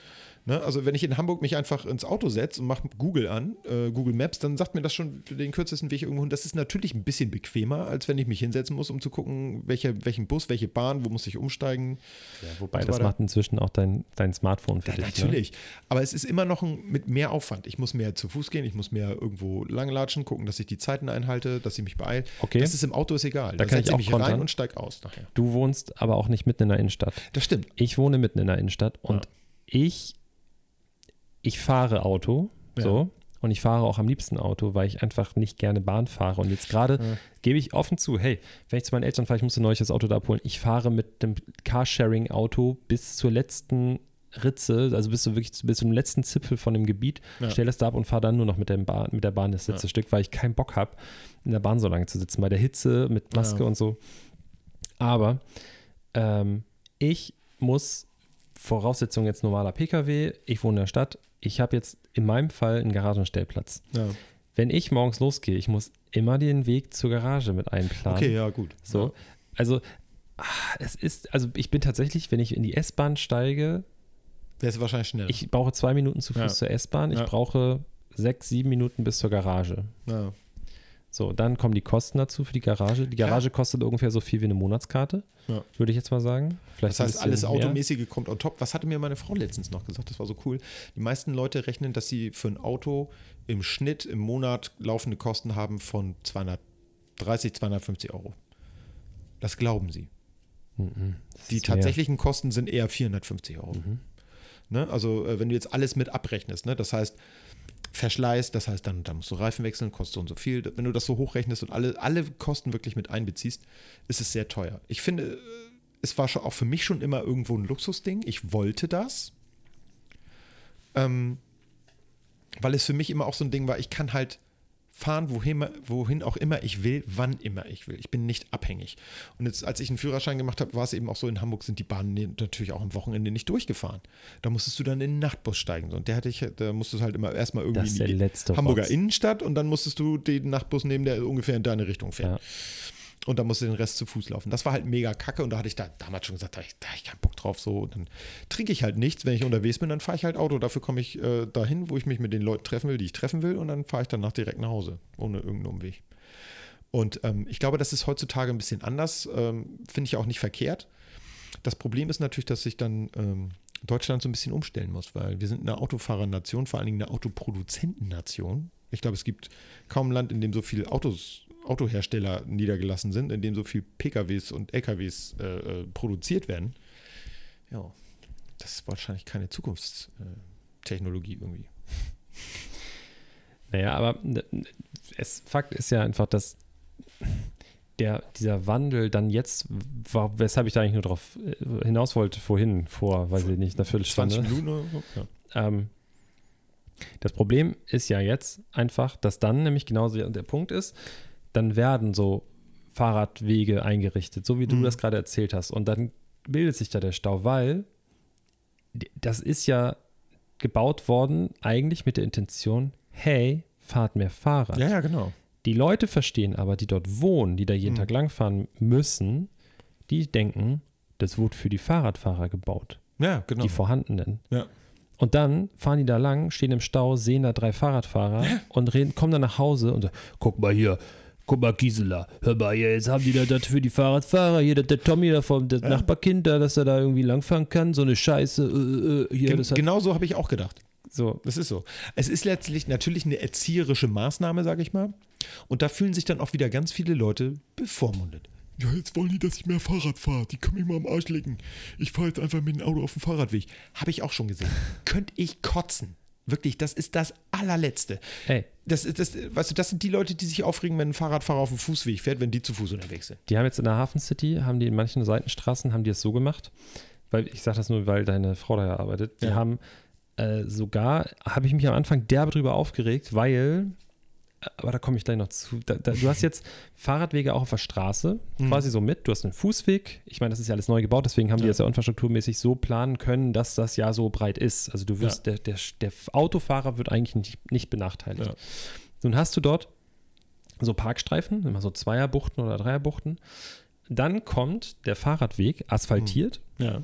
Ne? Also wenn ich in Hamburg mich einfach ins Auto setze und mache Google an, äh, Google Maps, dann sagt mir das schon den kürzesten Weg irgendwo hin. Das ist natürlich ein bisschen bequemer, als wenn ich mich hinsetzen muss, um zu gucken, welche, welchen Bus, welche Bahn, wo muss ich umsteigen. Ja, wobei, so das weiter. macht inzwischen auch dein, dein Smartphone für Ja, dich. natürlich. Ne? Aber es ist immer noch ein, mit mehr Aufwand. Ich muss mehr zu Fuß gehen, ich muss mehr irgendwo langlatschen, gucken, dass ich die Zeiten einhalte, dass ich mich beeile. Okay. Das ist im Auto ist egal. Da Da kann setze ich auch mich kontern. rein und steige aus nachher. Du wohnst aber auch nicht mitten in der Innenstadt. Das stimmt. Ich wohne mitten in der Innenstadt und Ja. ich, ich fahre Auto, Ja. so, und ich fahre auch am liebsten Auto, weil ich einfach nicht gerne Bahn fahre. Und jetzt gerade Ja. gebe ich offen zu, hey, wenn ich zu meinen Eltern fahre, ich musste neulich das Auto da abholen, ich fahre mit dem Carsharing-Auto bis zur letzten Ritze, also bis, zu wirklich, bis zum letzten Zipfel von dem Gebiet, Ja. stelle es da ab und fahre dann nur noch mit, dem Bahn, mit der Bahn das letzte Ja. Stück, weil ich keinen Bock habe, in der Bahn so lange zu sitzen, bei der Hitze, mit Maske Ja. und so. Aber ähm, ich muss, Voraussetzung jetzt normaler Pkw, ich wohne in der Stadt, ich habe jetzt in meinem Fall einen Garagenstellplatz. Ja. Wenn ich morgens losgehe, ich muss immer den Weg zur Garage mit einplanen. Okay, ja, gut. So, Ja. also ah, es ist, also ich bin tatsächlich, wenn ich in die S-Bahn steige, Der ist wahrscheinlich schneller. ich brauche zwei Minuten zu Fuß Ja. zur S-Bahn, ich Ja. brauche sechs, sieben Minuten bis zur Garage. ja. So, dann kommen die Kosten dazu für die Garage. Die Garage kostet ungefähr so viel wie eine Monatskarte, Ja. würde ich jetzt mal sagen. Vielleicht Das heißt, ein alles bisschen mehr. Automäßige kommt on top. Was hatte mir meine Frau letztens noch gesagt? Das war so cool. Die meisten Leute rechnen, dass sie für ein Auto im Schnitt im Monat laufende Kosten haben von zweihundertdreißig, zweihundertfünfzig Euro. Das glauben sie. Mhm. Das Die ist mehr. tatsächlichen Kosten sind eher vierhundertfünfzig Euro. Mhm. Ne? Also äh, wenn du jetzt alles mit abrechnest, ne? Das heißt Verschleiß, das heißt dann, dann musst du Reifen wechseln, kostet so und so viel. Wenn du das so hochrechnest und alle, alle Kosten wirklich mit einbeziehst, ist es sehr teuer. Ich finde, es war schon auch für mich schon immer irgendwo ein Luxusding. Ich wollte das, ähm, weil es für mich immer auch so ein Ding war, ich kann halt fahren, wohin, wohin auch immer ich will, wann immer ich will. Ich bin nicht abhängig. Und jetzt, als ich einen Führerschein gemacht habe, war es eben auch so, in Hamburg sind die Bahnen natürlich auch am Wochenende nicht durchgefahren. Da musstest du dann in den Nachtbus steigen. So. Und der hatte ich, da musstest du halt immer erstmal irgendwie Das ist in die der letzte Hamburger Rotz. Innenstadt und dann musstest du den Nachtbus nehmen, der ungefähr in deine Richtung fährt. Ja. Und dann musst du den Rest zu Fuß laufen. Das war halt mega kacke und da hatte ich da damals schon gesagt, da habe ich, da hab ich keinen Bock drauf. So. Und dann trinke ich halt nichts. Wenn ich unterwegs bin, dann fahre ich halt Auto. Dafür komme ich äh, dahin, wo ich mich mit den Leuten treffen will, die ich treffen will. Und dann fahre ich danach direkt nach Hause, ohne irgendeinen Umweg. Und ähm, ich glaube, das ist heutzutage ein bisschen anders. Ähm, Finde ich auch nicht verkehrt. Das Problem ist natürlich, dass sich dann ähm, Deutschland so ein bisschen umstellen muss, weil wir sind eine Autofahrernation, vor allen Dingen eine Autoproduzentennation. Ich glaube, es gibt kaum ein Land, in dem so viele Autos, Autohersteller niedergelassen sind, in dem so viel P K Ws und L K Ws äh, äh, produziert werden. Ja, das ist wahrscheinlich keine Zukunftstechnologie irgendwie. Naja, aber es, Fakt ist ja einfach, dass der, dieser Wandel dann jetzt, war, weshalb ich da eigentlich nur drauf hinaus wollte, vorhin, vor, weiß ich nicht, einer Viertelstunde. zwanzig Minuten oder so? Ja. Ähm, das Problem ist ja jetzt einfach, dass dann nämlich genauso der Punkt ist, dann werden so Fahrradwege eingerichtet, so wie du Mhm. das gerade erzählt hast. Und dann bildet sich da der Stau, weil das ist ja gebaut worden eigentlich mit der Intention, hey, fahrt mehr Fahrrad. ja, ja, genau. Die Leute verstehen aber, die dort wohnen, die da jeden Mhm. Tag langfahren müssen, die denken, das wurde für die Fahrradfahrer gebaut, Ja, genau. die vorhandenen. Ja. Und dann fahren die da lang, stehen im Stau, sehen da drei Fahrradfahrer und reden, kommen dann nach Hause und sagen, guck mal hier, guck mal Gisela, hör mal hier, jetzt haben die da das für die Fahrradfahrer, hier der, der Tommy da vom das Ja. Nachbarkind da, dass er da irgendwie langfahren kann, so eine Scheiße, äh, äh, hier, Gen das hat, genau so habe ich auch gedacht. so. Das ist so. Es ist letztlich natürlich eine erzieherische Maßnahme, sage ich mal. Und da fühlen sich dann auch wieder ganz viele Leute bevormundet. Ja, jetzt wollen die, dass ich mehr Fahrrad fahre. Die können mich mal am Arsch lecken. Ich fahre jetzt einfach mit dem Auto auf dem Fahrradweg. Habe ich auch schon gesehen. Könnte ich kotzen. Wirklich, das ist das allerletzte. Ey, Das, ist- das, weißt du, das sind die Leute, die sich aufregen, wenn ein Fahrradfahrer auf dem Fußweg fährt, wenn die zu Fuß unterwegs sind. die haben jetzt in der Hafen City, haben die in manchen Seitenstraßen, haben die es so gemacht, weil, ich sage das nur, weil deine Frau da ja arbeitet, die Ja. haben äh, sogar, habe ich mich am Anfang derbe drüber aufgeregt, weil, aber da komme ich gleich noch zu, da, da, du hast jetzt Fahrradwege auch auf der Straße, Mhm. quasi so mit, du hast einen Fußweg, ich meine, das ist ja alles neu gebaut, deswegen haben die Ja. das ja infrastrukturmäßig so planen können, dass das ja so breit ist, also du wirst, der, der, der Autofahrer wird eigentlich nicht, nicht benachteiligt. Ja. Nun hast du dort so Parkstreifen, immer so Zweierbuchten oder Dreierbuchten. Dann kommt der Fahrradweg, asphaltiert, Ja.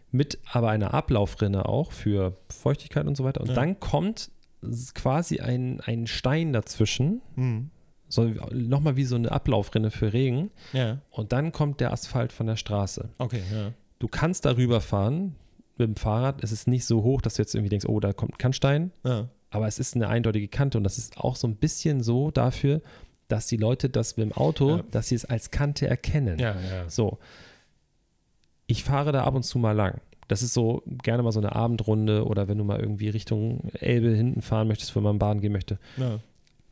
mit aber einer Ablaufrinne auch für Feuchtigkeit und so weiter. Und Ja. dann kommt quasi ein, ein Stein dazwischen, Mhm. so nochmal wie so eine Ablaufrinne für Regen. Ja, Und dann kommt der Asphalt von der Straße. okay, ja. Du kannst darüber fahren mit dem Fahrrad. Es ist nicht so hoch, dass du jetzt irgendwie denkst, oh, da kommt ein Kannstein. Ja, Aber es ist eine eindeutige Kante und das ist auch so ein bisschen so dafür, dass die Leute das mit dem Auto, Ja. dass sie es als Kante erkennen. ja. ja. So. Ich fahre da ab und zu mal lang. Das ist so gerne mal so eine Abendrunde oder wenn du mal irgendwie Richtung Elbe hinten fahren möchtest, wenn man baden gehen möchte. ja.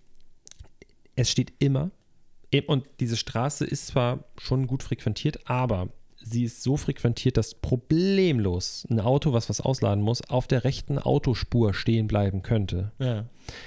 Es steht immer, und diese Straße ist zwar schon gut frequentiert, aber sie ist so frequentiert, dass problemlos ein Auto, was was ausladen muss, auf der rechten Autospur stehen bleiben könnte. ja.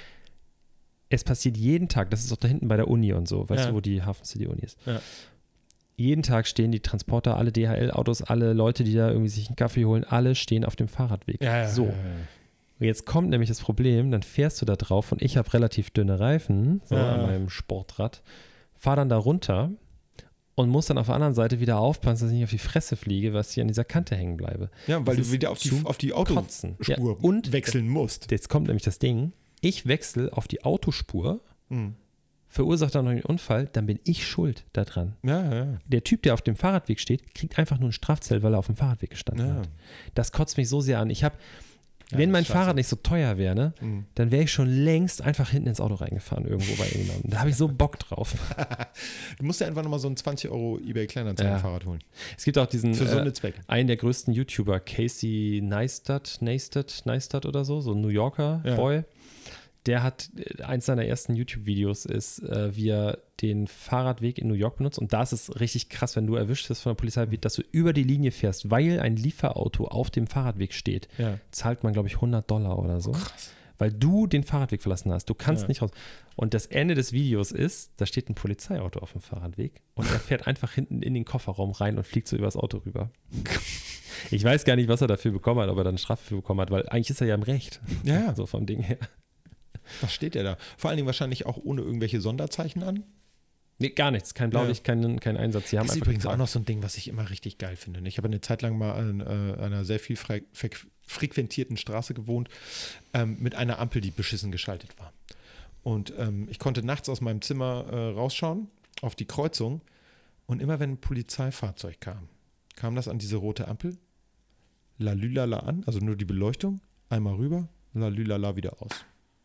Es passiert jeden Tag, das ist auch da hinten bei der Uni und so, weißt Ja. du, wo die Hafen City Uni ist. Ja. Jeden Tag stehen die Transporter, alle D H L-Autos, alle Leute, die da irgendwie sich einen Kaffee holen, alle stehen auf dem Fahrradweg. Ja, ja, so. ja, ja. Jetzt kommt nämlich das Problem, dann fährst du da drauf und ich habe relativ dünne Reifen, so Ja. an meinem Sportrad, fahr dann da runter und muss dann auf der anderen Seite wieder aufpassen, dass ich nicht auf die Fresse fliege, was ich an dieser Kante hängen bleibe. Ja, weil Das du ist wieder auf die, zum auf die Kotzen. Autospur Ja, und wechseln musst. Jetzt kommt nämlich das Ding, ich wechsle auf die Autospur, Mhm. verursacht dann noch einen Unfall, dann bin ich schuld daran. Ja, ja, ja. Der Typ, der auf dem Fahrradweg steht, kriegt einfach nur ein Strafzettel, weil er auf dem Fahrradweg gestanden Ja. hat. Das kotzt mich so sehr an. Ich habe, Ja, wenn das mein ist scheiße. Fahrrad nicht so teuer wäre, ne, Mhm. dann wäre ich schon längst einfach hinten ins Auto reingefahren, irgendwo bei irgendjemandem. Da habe ich so Bock drauf. Du musst dir einfach nochmal so ein zwanzig Euro eBay-Kleinanzeigen-Fahrrad holen. Es gibt auch diesen, Für so äh, eine Zwecke. einen der größten YouTuber, Casey Neistat, Neistat, Neistat oder so, so ein New Yorker Ja. Boy. Der hat, äh, eins seiner ersten YouTube-Videos ist, äh, wie er den Fahrradweg in New York benutzt. Und da ist es richtig krass, wenn du erwischt wirst von der Polizei, wie- dass du über die Linie fährst, weil ein Lieferauto auf dem Fahrradweg steht. Ja. Zahlt man, glaube ich, hundert Dollar oder so. Krass. Weil du den Fahrradweg verlassen hast. Du kannst Ja. nicht raus. Und das Ende des Videos ist, da steht ein Polizeiauto auf dem Fahrradweg und er fährt einfach hinten in den Kofferraum rein und fliegt so übers Auto rüber. Ich weiß gar nicht, was er dafür bekommen hat, ob er dann eine Strafe für bekommen hat, weil eigentlich ist er ja im Recht. Ja, ja. So vom Ding her. Was steht der da? Vor allen Dingen wahrscheinlich auch ohne irgendwelche Sonderzeichen an. Nee, gar nichts. Kein Blaulicht, kein, kein Einsatz. Sie haben Das ist einfach übrigens auch geparkt. noch so ein Ding, was ich immer richtig geil finde. Ich habe eine Zeit lang mal an äh, einer sehr viel fre fre frequentierten Straße gewohnt, ähm, mit einer Ampel, die beschissen geschaltet war. Und ähm, ich konnte nachts aus meinem Zimmer äh, rausschauen auf die Kreuzung und immer wenn ein Polizeifahrzeug kam, kam das an diese rote Ampel, lalülala an, also nur die Beleuchtung, einmal rüber, lalülala wieder aus.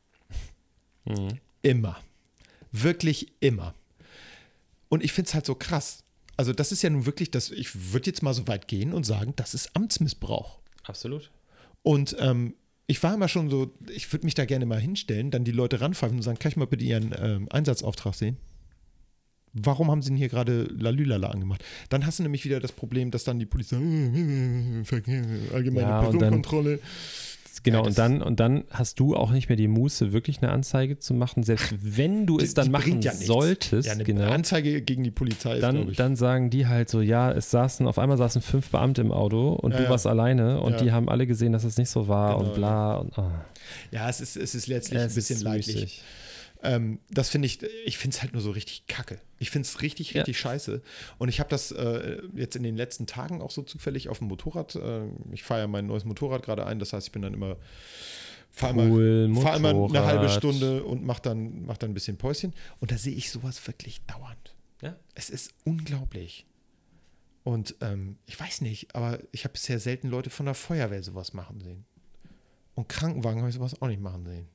Mhm. Immer. Wirklich immer. Und ich finde es halt so krass. Also das ist ja nun wirklich, das, ich würde jetzt mal so weit gehen und sagen, das ist Amtsmissbrauch. Absolut. Und ähm, ich war immer schon so, ich würde mich da gerne mal hinstellen, dann die Leute ranpfeifen und sagen, kann ich mal bitte Ihren ähm, Einsatzauftrag sehen? Warum haben Sie denn hier gerade Lalülala angemacht? Dann hast du nämlich wieder das Problem, dass dann die Polizei, Verkehr, allgemeine Ja, und dann- Personenkontrolle. Genau, Ja, das- und dann, und dann hast du auch nicht mehr die Muße, wirklich eine Anzeige zu machen, selbst wenn du Die- es dann die machen bringt ja nichts. solltest. Ja, eine genau. Anzeige gegen die Polizei ist, Dann, glaube ich. dann sagen die halt so, ja, es saßen, auf einmal saßen fünf Beamte im Auto und Ja, du ja. warst alleine und Ja. die haben alle gesehen, dass es nicht so war Genau, und bla und oh, ja, es ist, es ist letztlich es ein bisschen ist leidlich. müßig. Ähm, das finde ich, ich finde es halt nur so richtig kacke. Ich finde es richtig, Ja. richtig scheiße. Und ich habe das äh, jetzt in den letzten Tagen auch so zufällig auf dem Motorrad. Äh, ich fahre ja mein neues Motorrad gerade ein, das heißt, ich bin dann immer, fahre Cool, immer, fahr immer eine halbe Motorrad. Stunde und mache dann, mach dann ein bisschen Päuschen. Und da sehe ich sowas wirklich dauernd. Ja. Es ist unglaublich. Und ähm, ich weiß nicht, aber ich habe bisher selten Leute von der Feuerwehr sowas machen sehen. Und Krankenwagen habe ich sowas auch nicht machen sehen.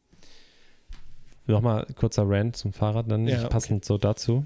Nochmal kurzer Rant zum Fahrrad, dann Ja, passend so dazu.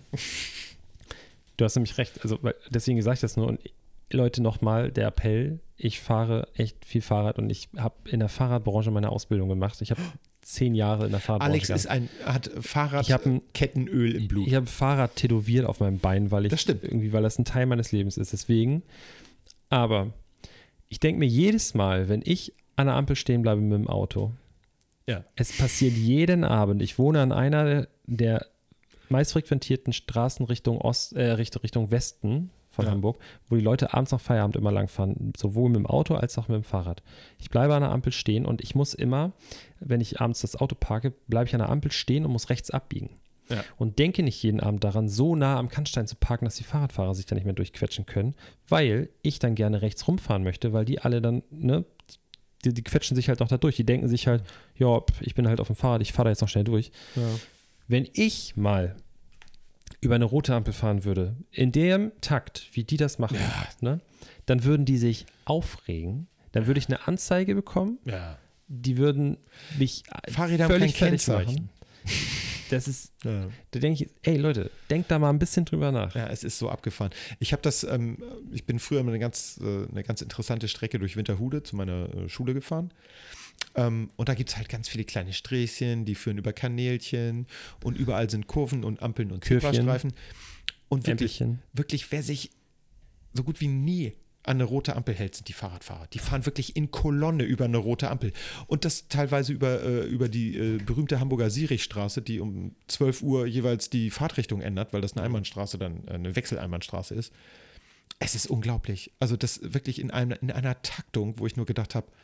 Du hast nämlich recht, also weil- deswegen sage ich das nur. Und Leute, nochmal der Appell, ich fahre echt viel Fahrrad und ich habe in der Fahrradbranche meine Ausbildung gemacht. Ich habe zehn Jahre in der Fahrradbranche Alex ist gearbeitet. ein, hat Ich hab ein- Fahrradkettenöl im Blut. Ich habe Fahrrad tätowiert auf meinem Bein, weil ich Das stimmt. irgendwie, weil das ein Teil meines Lebens ist. Deswegen, aber ich denke mir jedes Mal, wenn ich an der Ampel stehen bleibe mit dem Auto, Ja. es passiert jeden Abend. Ich wohne an einer der meistfrequentierten Straßen Richtung Ost, äh, Richtung, Richtung Westen von Ja. Hamburg, wo die Leute abends nach Feierabend immer langfahren, sowohl mit dem Auto als auch mit dem Fahrrad. Ich bleibe an der Ampel stehen und ich muss immer, wenn ich abends das Auto parke, bleibe ich an der Ampel stehen und muss rechts abbiegen. Ja. und denke nicht jeden Abend daran, so nah am Kannstein zu parken, dass die Fahrradfahrer sich da nicht mehr durchquetschen können, weil ich dann gerne rechts rumfahren möchte, weil die alle dann, ne, die, die quetschen sich halt noch da durch. Die denken sich halt, ja, ich bin halt auf dem Fahrrad, ich fahre da jetzt noch schnell durch. Ja. Wenn ich mal über eine rote Ampel fahren würde, in dem Takt, wie die das machen, Ja. ne, dann würden die sich aufregen, dann würde ich eine Anzeige bekommen, Ja. die würden mich Fahrräder haben völlig kein fertig Kennzeichen. machen. Das ist, Ja. da denke ich, ey Leute, denkt da mal ein bisschen drüber nach. Ja, es ist so abgefahren. Ich habe das, ähm, ich bin früher eine ganz, äh, eine ganz interessante Strecke durch Winterhude zu meiner äh, Schule gefahren. Ähm, und da gibt es halt ganz viele kleine Sträßchen, die führen über Kanälchen und überall sind Kurven und Ampeln und Kürfchen. Zebrastreifen. Und wirklich, Ämpelchen. wirklich, wer sich so gut wie nie an eine rote Ampel hält, sind die Fahrradfahrer. Die fahren wirklich in Kolonne über eine rote Ampel. Und das teilweise über, äh, über die äh, berühmte Hamburger Sierichstraße, die um zwölf Uhr jeweils die Fahrtrichtung ändert, weil das eine Einbahnstraße dann äh, eine Wechseleinbahnstraße ist. Es ist unglaublich. Also das wirklich in einer, in einer Taktung, wo ich nur gedacht habe,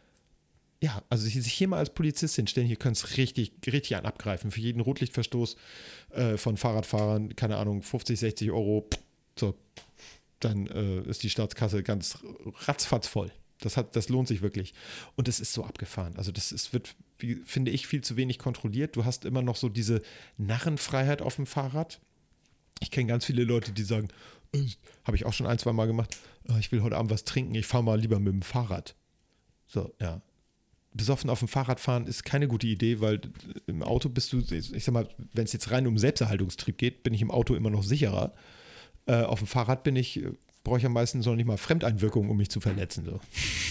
ja, also sich hier mal als Polizist hinstellen, hier können es richtig, richtig einen abgreifen. Für jeden Rotlichtverstoß äh, von Fahrradfahrern, keine Ahnung, fünfzig, sechzig Euro, so, dann äh, ist die Staatskasse ganz ratzfatz voll. Das, hat, das lohnt sich wirklich. Und es ist so abgefahren. Also das ist, wird, wie, finde ich, viel zu wenig kontrolliert. Du hast immer noch so diese Narrenfreiheit auf dem Fahrrad. Ich kenne ganz viele Leute, die sagen, äh, habe ich auch schon ein, zwei Mal gemacht, äh, ich will heute Abend was trinken, ich fahre mal lieber mit dem Fahrrad. So, ja. Besoffen auf dem Fahrrad fahren ist keine gute Idee, weil im Auto bist du, ich sag mal, wenn es jetzt rein um Selbsterhaltungstrieb geht, bin ich im Auto immer noch sicherer. Äh, auf dem Fahrrad bin ich, brauche ich am meisten noch nicht mal Fremdeinwirkungen, um mich zu verletzen. So.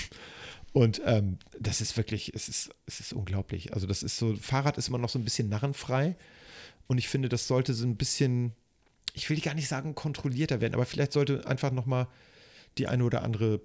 Und ähm, das ist wirklich, es ist, es ist unglaublich. Also das ist so, Fahrrad ist immer noch so ein bisschen narrenfrei und ich finde, das sollte so ein bisschen, ich will gar nicht sagen kontrollierter werden, aber vielleicht sollte einfach nochmal die eine oder andere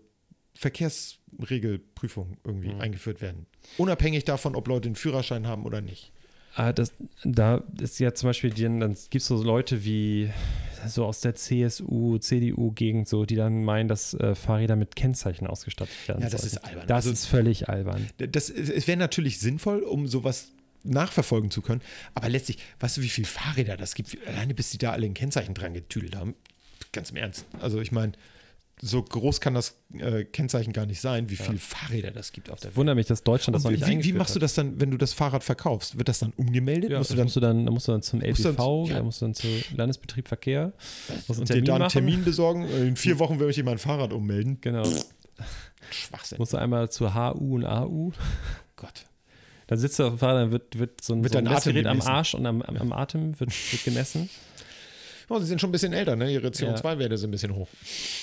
Verkehrsregelprüfung irgendwie mhm. eingeführt werden. Unabhängig davon, ob Leute einen Führerschein haben oder nicht. Ah, das, da ist ja zum Beispiel, die, dann gibt es so Leute wie so aus der C S U, C D U-Gegend, so, die dann meinen, dass äh, Fahrräder mit Kennzeichen ausgestattet werden Ja, das sollten. ist albern. Das Also, ist völlig albern. Das, es wäre natürlich sinnvoll, um sowas nachverfolgen zu können, aber letztlich, weißt du, wie viele Fahrräder das gibt? Alleine bis die da alle ein Kennzeichen dran getüdelt haben. Ganz im Ernst. Also ich meine, so groß kann das äh, Kennzeichen gar nicht sein, wie viele ja. Fahrräder das gibt auf der Welt. Wundert mich, dass Deutschland das noch wie, nicht wie, eingeführt wie machst hat. du das dann, wenn du das Fahrrad verkaufst? Wird das dann umgemeldet? Ja, musst du dann, dann, musst du dann, dann musst du dann zum L P V, musst du dann, ja. dann musst du dann zu Landesbetrieb Verkehr, musst und einen dir da einen machen. Termin besorgen? In vier Wochen werde ich dir mein Fahrrad ummelden. Genau. Schwachsinn. Musst du einmal zur H U und A U. Gott. Dann sitzt du auf dem Fahrrad, dann wird, wird so ein, Wird so ein dein Atem Messgerät am gemessen. Arsch und am, am, am Atem wird, wird gemessen. Oh, sie sind schon ein bisschen älter, ne? Ihre C O zwei Werte sind ein bisschen hoch.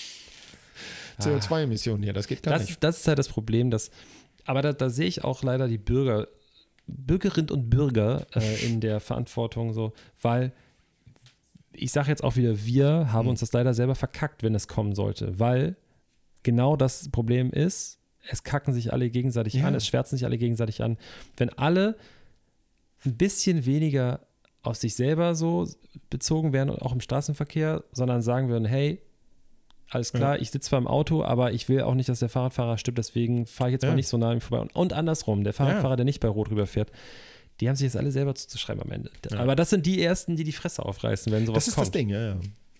C O zwei Emissionen hier, das geht gar das, nicht. Das ist halt das Problem, dass, aber da, da sehe ich auch leider die Bürger, Bürgerinnen und Bürger äh, in der Verantwortung so, weil ich sage jetzt auch wieder, wir haben mhm. uns das leider selber verkackt, wenn es kommen sollte, weil genau das Problem ist, es kacken sich alle gegenseitig ja. an, es schwärzen sich alle gegenseitig an. Wenn alle ein bisschen weniger aus sich selber so bezogen wären, auch im Straßenverkehr, sondern sagen würden, hey, alles klar, ja. ich sitze zwar im Auto, aber ich will auch nicht, dass der Fahrradfahrer stirbt, deswegen fahre ich jetzt ja. mal nicht so nah an ihm vorbei. Und, und andersrum, der Fahrradfahrer, ja. der nicht bei Rot rüberfährt, die haben sich jetzt alle selber zuzuschreiben am Ende. Ja. Aber das sind die Ersten, die die Fresse aufreißen, wenn sowas kommt. Das ist kommt. Das Ding, ja, ja.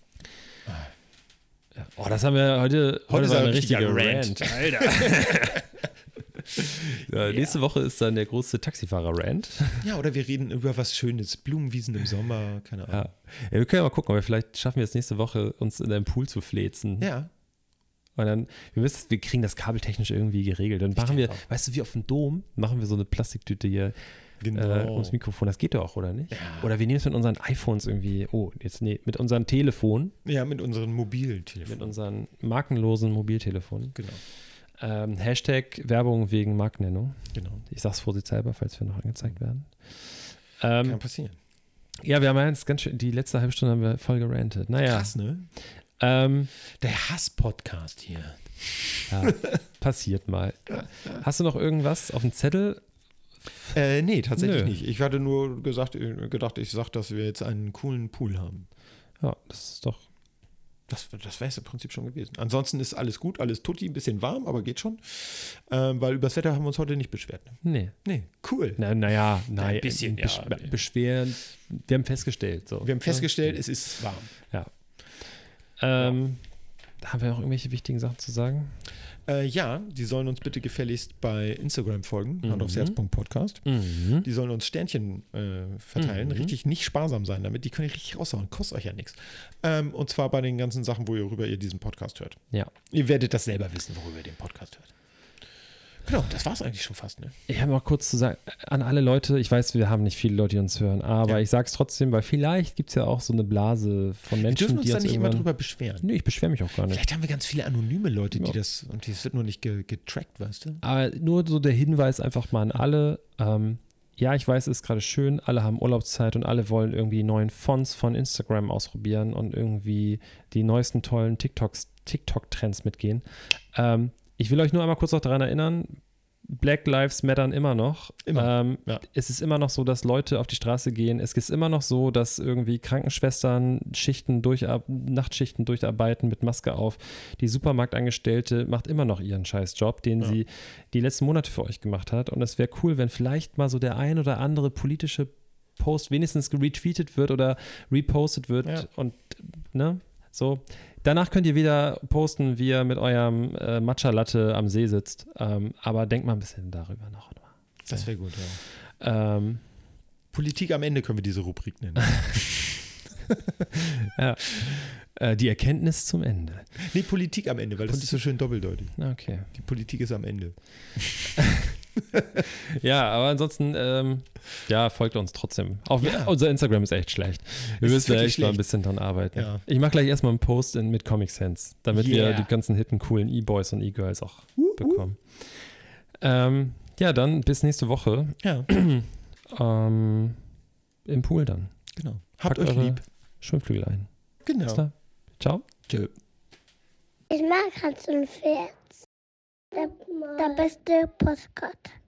ja. Oh, das haben wir heute, heute, heute war ein eine richtige Rant. Rant. Alter. ja, nächste ja. Woche ist dann der große Taxifahrer-Rant. Ja, oder wir reden über was Schönes, Blumenwiesen im Sommer, keine Ahnung. Ja. Ja, wir können ja mal gucken, aber vielleicht schaffen wir es nächste Woche, uns in einem Pool zu fläzen. Ja. Und dann, wir wissen, wir kriegen das kabeltechnisch irgendwie geregelt. Dann machen wir, auch. weißt du, wie auf dem Dom, machen wir so eine Plastiktüte hier genau. äh, ums Mikrofon. Das geht doch, oder nicht? Ja. Oder wir nehmen es mit unseren iPhones irgendwie, oh, jetzt nee, mit unseren Telefonen. Ja, mit unseren Mobiltelefonen. Mit unseren markenlosen Mobiltelefonen. Genau. Ähm, Hashtag Werbung wegen Markennennung. Genau. Ich sag's vorsichtshalber, falls wir noch angezeigt werden. Ähm, Kann passieren. Ja, wir haben ja jetzt ganz schön, die letzte halbe Stunde haben wir voll gerantet. Naja. Krass, ne? Ähm, Der Hass-Podcast hier. Ja, passiert mal. Hast du noch irgendwas auf dem Zettel? Äh, nee, tatsächlich Nö. nicht. Ich hatte nur gesagt, gedacht, ich sag, dass wir jetzt einen coolen Pool haben. Ja, das ist doch Das, das wäre es im Prinzip schon gewesen. Ansonsten ist alles gut, alles tutti, ein bisschen warm, aber geht schon. Ähm, weil über das Wetter haben wir uns heute nicht beschwert. Ne? Nee. Nee, cool. Na, naja, nein, ein bisschen, besch ja, nee. beschweren. Wir haben festgestellt. So. Wir haben festgestellt, es ist warm. Ja. Ähm, ja. Haben wir noch irgendwelche wichtigen Sachen zu sagen? Äh, ja, die sollen uns bitte gefälligst bei Instagram folgen, Mhm. Hand aufs Herz Punkt Podcast. Mhm. Die sollen uns Sternchen äh, verteilen, Mhm. richtig nicht sparsam sein damit. Die können ihr richtig raushauen, kostet euch ja nichts. Ähm, und zwar bei den ganzen Sachen, worüber ihr diesen Podcast hört. Ja. Ihr werdet das selber wissen, worüber ihr den Podcast hört. Genau, das war es eigentlich schon fast. Ne? Ich habe noch kurz zu sagen, an alle Leute, ich weiß, wir haben nicht viele Leute, die uns hören, aber Ja. ich sage es trotzdem, weil vielleicht gibt es ja auch so eine Blase von Wir Menschen, dürfen uns die da uns nicht immer irgendwann... drüber beschweren. Nee, ich beschwere mich auch gar nicht. Vielleicht haben wir ganz viele anonyme Leute, die Ja. das, und es wird nur nicht ge getrackt, weißt du? Aber nur so der Hinweis einfach mal an alle. Ähm, ja, ich weiß, es ist gerade schön, alle haben Urlaubszeit und alle wollen irgendwie die neuen Fonts von Instagram ausprobieren und irgendwie die neuesten tollen TikToks, TikTok-Trends mitgehen. Ähm, ich will euch nur einmal kurz noch daran erinnern, Black Lives Mattern immer noch. Immer, Ähm, ja. Es ist immer noch so, dass Leute auf die Straße gehen. Es ist immer noch so, dass irgendwie Krankenschwestern Schichten durchar- Nachtschichten durcharbeiten mit Maske auf. Die Supermarktangestellte macht immer noch ihren Scheißjob, den Ja. sie die letzten Monate für euch gemacht hat. Und es wäre cool, wenn vielleicht mal so der ein oder andere politische Post wenigstens retweetet wird oder repostet wird. Ja. Und ne, so. Danach könnt ihr wieder posten, wie ihr mit eurem äh, Matcha-Latte am See sitzt. Ähm, aber denkt mal ein bisschen darüber noch. Das wäre gut, ja. Ähm, Politik am Ende können wir diese Rubrik nennen. ja. äh, die Erkenntnis zum Ende. Nee, Politik am Ende, weil das ist so schön doppeldeutig. Okay. Die Politik ist am Ende. Ja, aber ansonsten, ähm, ja, folgt uns trotzdem. Auch Ja. unser Instagram ist echt schlecht. Wir Es ist müssen da wirklich echt mal ein schlecht. bisschen dran arbeiten. Ja. Ich mache gleich erstmal einen Post in, mit Comic Sans, damit wir Yeah. die ganzen hippen, coolen E-Boys und E-Girls auch bekommen. Ähm, ja, dann bis nächste Woche. Ja, Ähm, Im Pool dann. genau. Habt Packt euch eure lieb. Schwimmflügel ein. Bis Genau. dann. Ciao. Tschö. Ich mag Hans und Pferd. Der, der beste Postkarte.